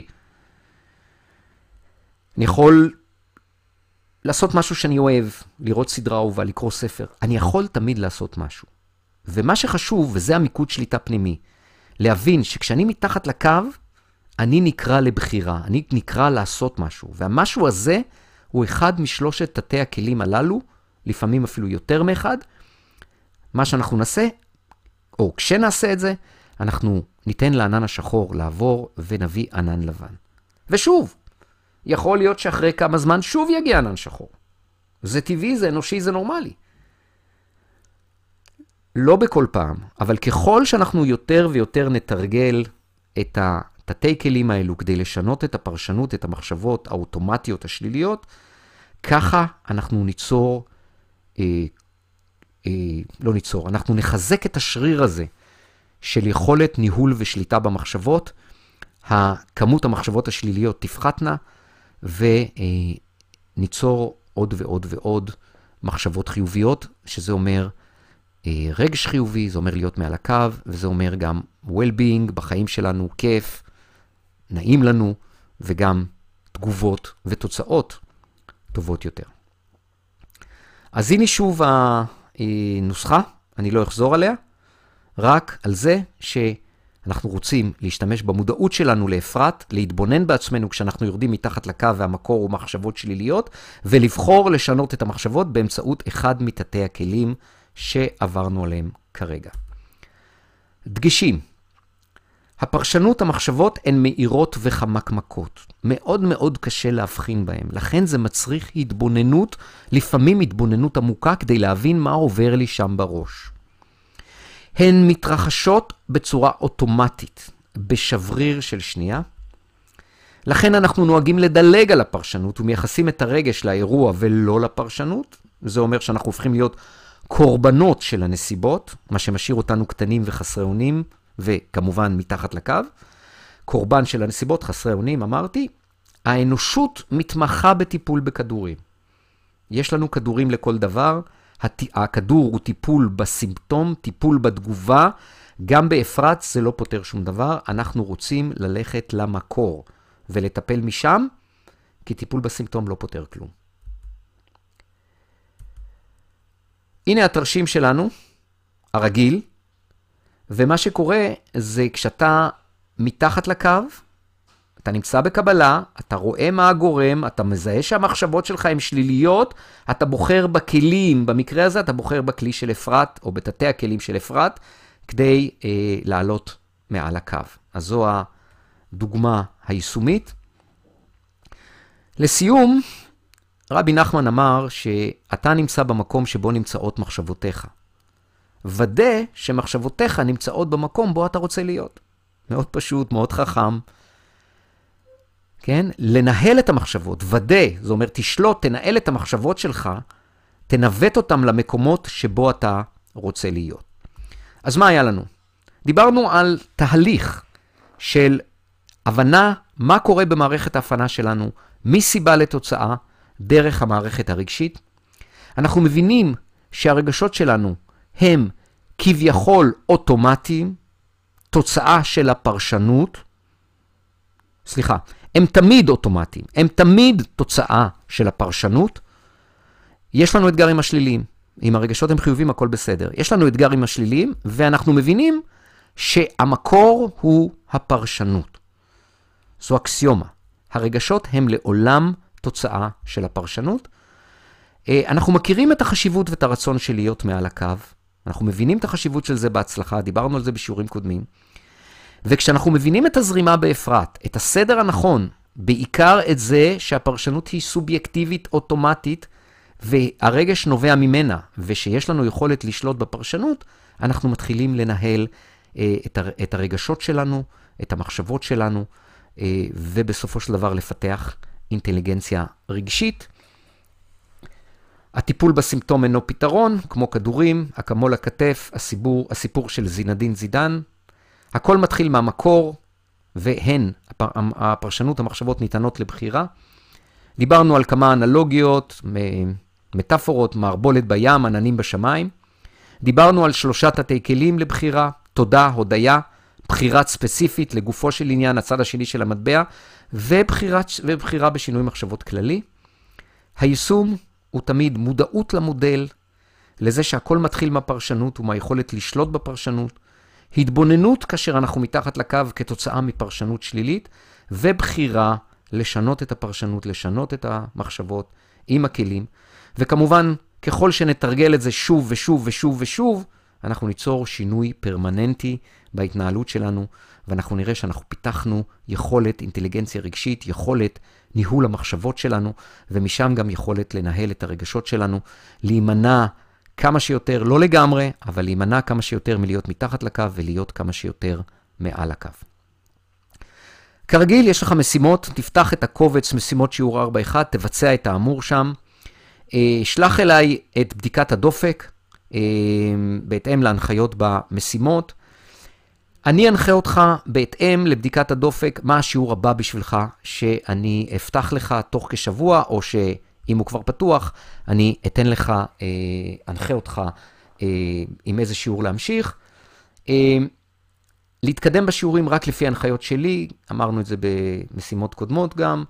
אני יכול לעשות משהו שאני אוהב, לראות סדרה אהובה, לקרוא ספר. אני יכול תמיד לעשות משהו. ומה שחשוב, וזה המיקוד שליטה פנימי, להבין שכשאני מתחת לקו, אני נקרא לבחירה, אני נקרא לעשות משהו, והמשהו הזה הוא אחד משלושת תתי הכלים הללו, לפעמים אפילו יותר מאחד. מה שאנחנו נעשה, או כשנעשה את זה, אנחנו ניתן לענן השחור לעבור ונביא ענן לבן. ושוב, יכול להיות שאחרי כמה זמן שוב יגיע ענן שחור. זה טבעי, זה אנושי, זה נורמלי. לא בכל פעם, אבל ככל שאנחנו יותר ויותר נתרגל את התתי כלים האלו כדי לשנות את הפרשנות, את המחשבות האוטומטיות השליליות, ככה אנחנו אנחנו נחזק את השריר הזה של יכולת ניהול ושליטה במחשבות, כמות המחשבות השליליות תפחתנה, וניצור עוד ועוד ועוד מחשבות חיוביות, שזה אומר רגש חיובי, זה אומר להיות מעל הקו, וזה אומר גם well-being בחיים שלנו, כיף, נעים לנו, וגם תגובות ותוצאות טובות יותר. אז הנה שוב הנוסחה, אני לא אחזור עליה, רק על זה שאנחנו רוצים להשתמש במודעות שלנו לאפרת, להתבונן בעצמנו כשאנחנו יורדים מתחת לקו והמקור הוא מחשבות שליליות, ולבחור לשנות את המחשבות באמצעות אחד מתתי הכלים שעברנו עליהם כרגע. דגשים. הפרשנות, המחשבות הן מהירות וחמקמקות. מאוד מאוד קשה להבחין בהן. לכן זה מצריך התבוננות, לפעמים התבוננות עמוקה, כדי להבין מה עובר לי שם בראש. הן מתרחשות בצורה אוטומטית, בשבריר של שנייה. לכן אנחנו נוהגים לדלג על הפרשנות, ומייחסים את הרגש לאירוע ולא לפרשנות. זה אומר שאנחנו הופכים להיות קורבנות של הנסיבות, מה שמשאיר אותנו קטנים וחסרי אונים, וכמובן מתחת לקו. קורבן של הנסיבות, חסרי אונים, אמרתי. האנושות מתמחה בטיפול בכדורים. יש לנו כדורים לכל דבר. הכדור הוא טיפול בסימפטום, טיפול בתגובה. גם באפרת זה לא פותר שום דבר. אנחנו רוצים ללכת למקור ולטפל משם, כי טיפול בסימפטום לא פותר כלום. הנה התרשים שלנו, הרגיל, ומה שקורה זה כשאתה מתחת לקו, אתה נמצא בקבלה, אתה רואה מה הגורם, אתה מזהה שהמחשבות שלך הן שליליות, אתה בוחר בכלים, במקרה הזה אתה בוחר בכלי של אפרת, או בתתי הכלים של אפרת, כדי לעלות מעל הקו. אז זו הדוגמה היישומית. לסיום, רבי נחמן אמר שאתה נמצא במקום שבו נמצאות מחשבותיך. ודא שמחשבותיך נמצאות במקום בו אתה רוצה להיות. מאוד פשוט, מאוד חכם. כן? לנהל את המחשבות, ודא, זאת אומרת, תשלוט, תנהל את המחשבות שלך, תנווט אותם למקומות שבו אתה רוצה להיות. אז מה היה לנו? דיברנו על תהליך של הבנה מה קורה במערכת ההפעלה שלנו, מסיבה לתוצאה, דרך המערכת הרגשית. אנחנו מבינים שהרגשות שלנו הם כביכול אוטומטיים, תוצאה של הפרשנות, הם תמיד אוטומטיים, הם תמיד תוצאה של הפרשנות. יש לנו אתגרים השליליים, אם הרגשות הם חיובים הכל בסדר. יש לנו אתגרים השליליים ואנחנו מבינים שהמקור הוא הפרשנות. זו אקסיומה. הרגשות הם לעולם תוצאה של הפרשנות. אנחנו מכירים את החשיבות ואת הרצון של להיות מעל הקו. אנחנו מבינים את החשיבות של זה בהצלחה, דיברנו על זה בשיעורים קודמים. וכשאנחנו מבינים את הזרימה באפרת, את הסדר הנכון, בעיקר את זה שהפרשנות היא סובייקטיבית אוטומטית, והרגש נובע ממנה, ושיש לנו יכולת לשלוט בפרשנות, אנחנו מתחילים לנהל את הרגשות שלנו, את המחשבות שלנו, ובסופו של דבר לפתח אינטליגנציה רגשית. הטיפול בסימפטום אינו פתרון, כמו כדורים, אקמול הכתף, הסיפור של זינדין זידן. הכל מתחיל מהמקור, והן, הפרשנות, המחשבות ניתנות לבחירה. דיברנו על כמה אנלוגיות, מטאפורות, מערבולת בים, עננים בשמיים. דיברנו על 3 תתי כלים לבחירה, תודה, הודיה, בחירה ספציפית לגופו של עניין, הצד השני של המטבע, ובחירה בשינוי מחשבות כללי. היישום הוא תמיד מודעות למודל, לזה שהכל מתחיל מהפרשנות ומהיכולת לשלוט בפרשנות, התבוננות כאשר אנחנו מתחת לקו כתוצאה מפרשנות שלילית, ובחירה לשנות את הפרשנות, לשנות את המחשבות עם הכלים, וכמובן, ככל שנתרגל את זה שוב ושוב ושוב ושוב, אנחנו ניצור שינוי פרמננטי בהתנהלות שלנו, ואנחנו נראה שאנחנו פיתחנו יכולת אינטליגנציה רגשית, יכולת ניהול המחשבות שלנו, ומשם גם יכולת לנהל את הרגשות שלנו, להימנע כמה שיותר, לא לגמרי, אבל להימנע כמה שיותר מלהיות מתחת לקו, ולהיות כמה שיותר מעל הקו. כרגיל, יש לך משימות, תפתח את הקובץ משימות שיעור 4.1, תבצע את האמור שם, שלח אליי את בדיקת הדופק, בהתאם להנחיות במשימות. אני אנחה אותך בהתאם לבדיקת הדופק, מה השיעור הבא בשבילך שאני אפתח לך תוך כשבוע, או שאם הוא כבר פתוח, אני אתן לך, אנחה אותך עם איזה שיעור להמשיך. להתקדם בשיעורים רק לפי ההנחיות שלי, אמרנו את זה במשימות קודמות גם,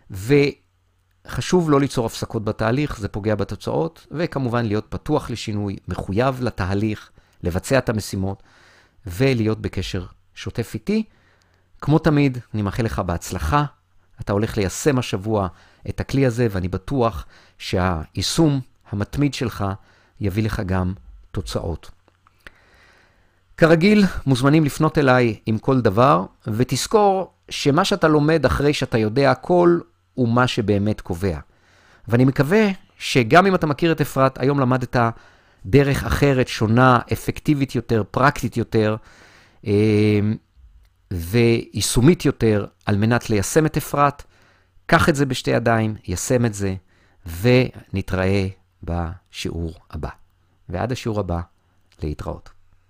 וחשוב לא ליצור הפסקות בתהליך, זה פוגע בתוצאות, וכמובן להיות פתוח לשינוי, מחויב לתהליך, לבצע את המשימות, ולהיות בקשר שוטף איתי. כמו תמיד, אני מאחל לך בהצלחה, אתה הולך ליישם השבוע את הכלי הזה, ואני בטוח שהיישום המתמיד שלך יביא לך גם תוצאות. כרגיל, מוזמנים לפנות אליי עם כל דבר, ותזכור שמה שאתה לומד אחרי שאתה יודע הכל, הוא מה שבאמת קובע. ואני מקווה שגם אם אתה מכיר את אפרת, היום למדת דרך אחרת, שונה, אפקטיבית יותר, פרקטית יותר, ויישומית יותר, על מנת ליישם את אפרת. קח את זה בשתי ידיים, יישם את זה, ונתראה בשיעור הבא. ועד השיעור הבא, להתראות.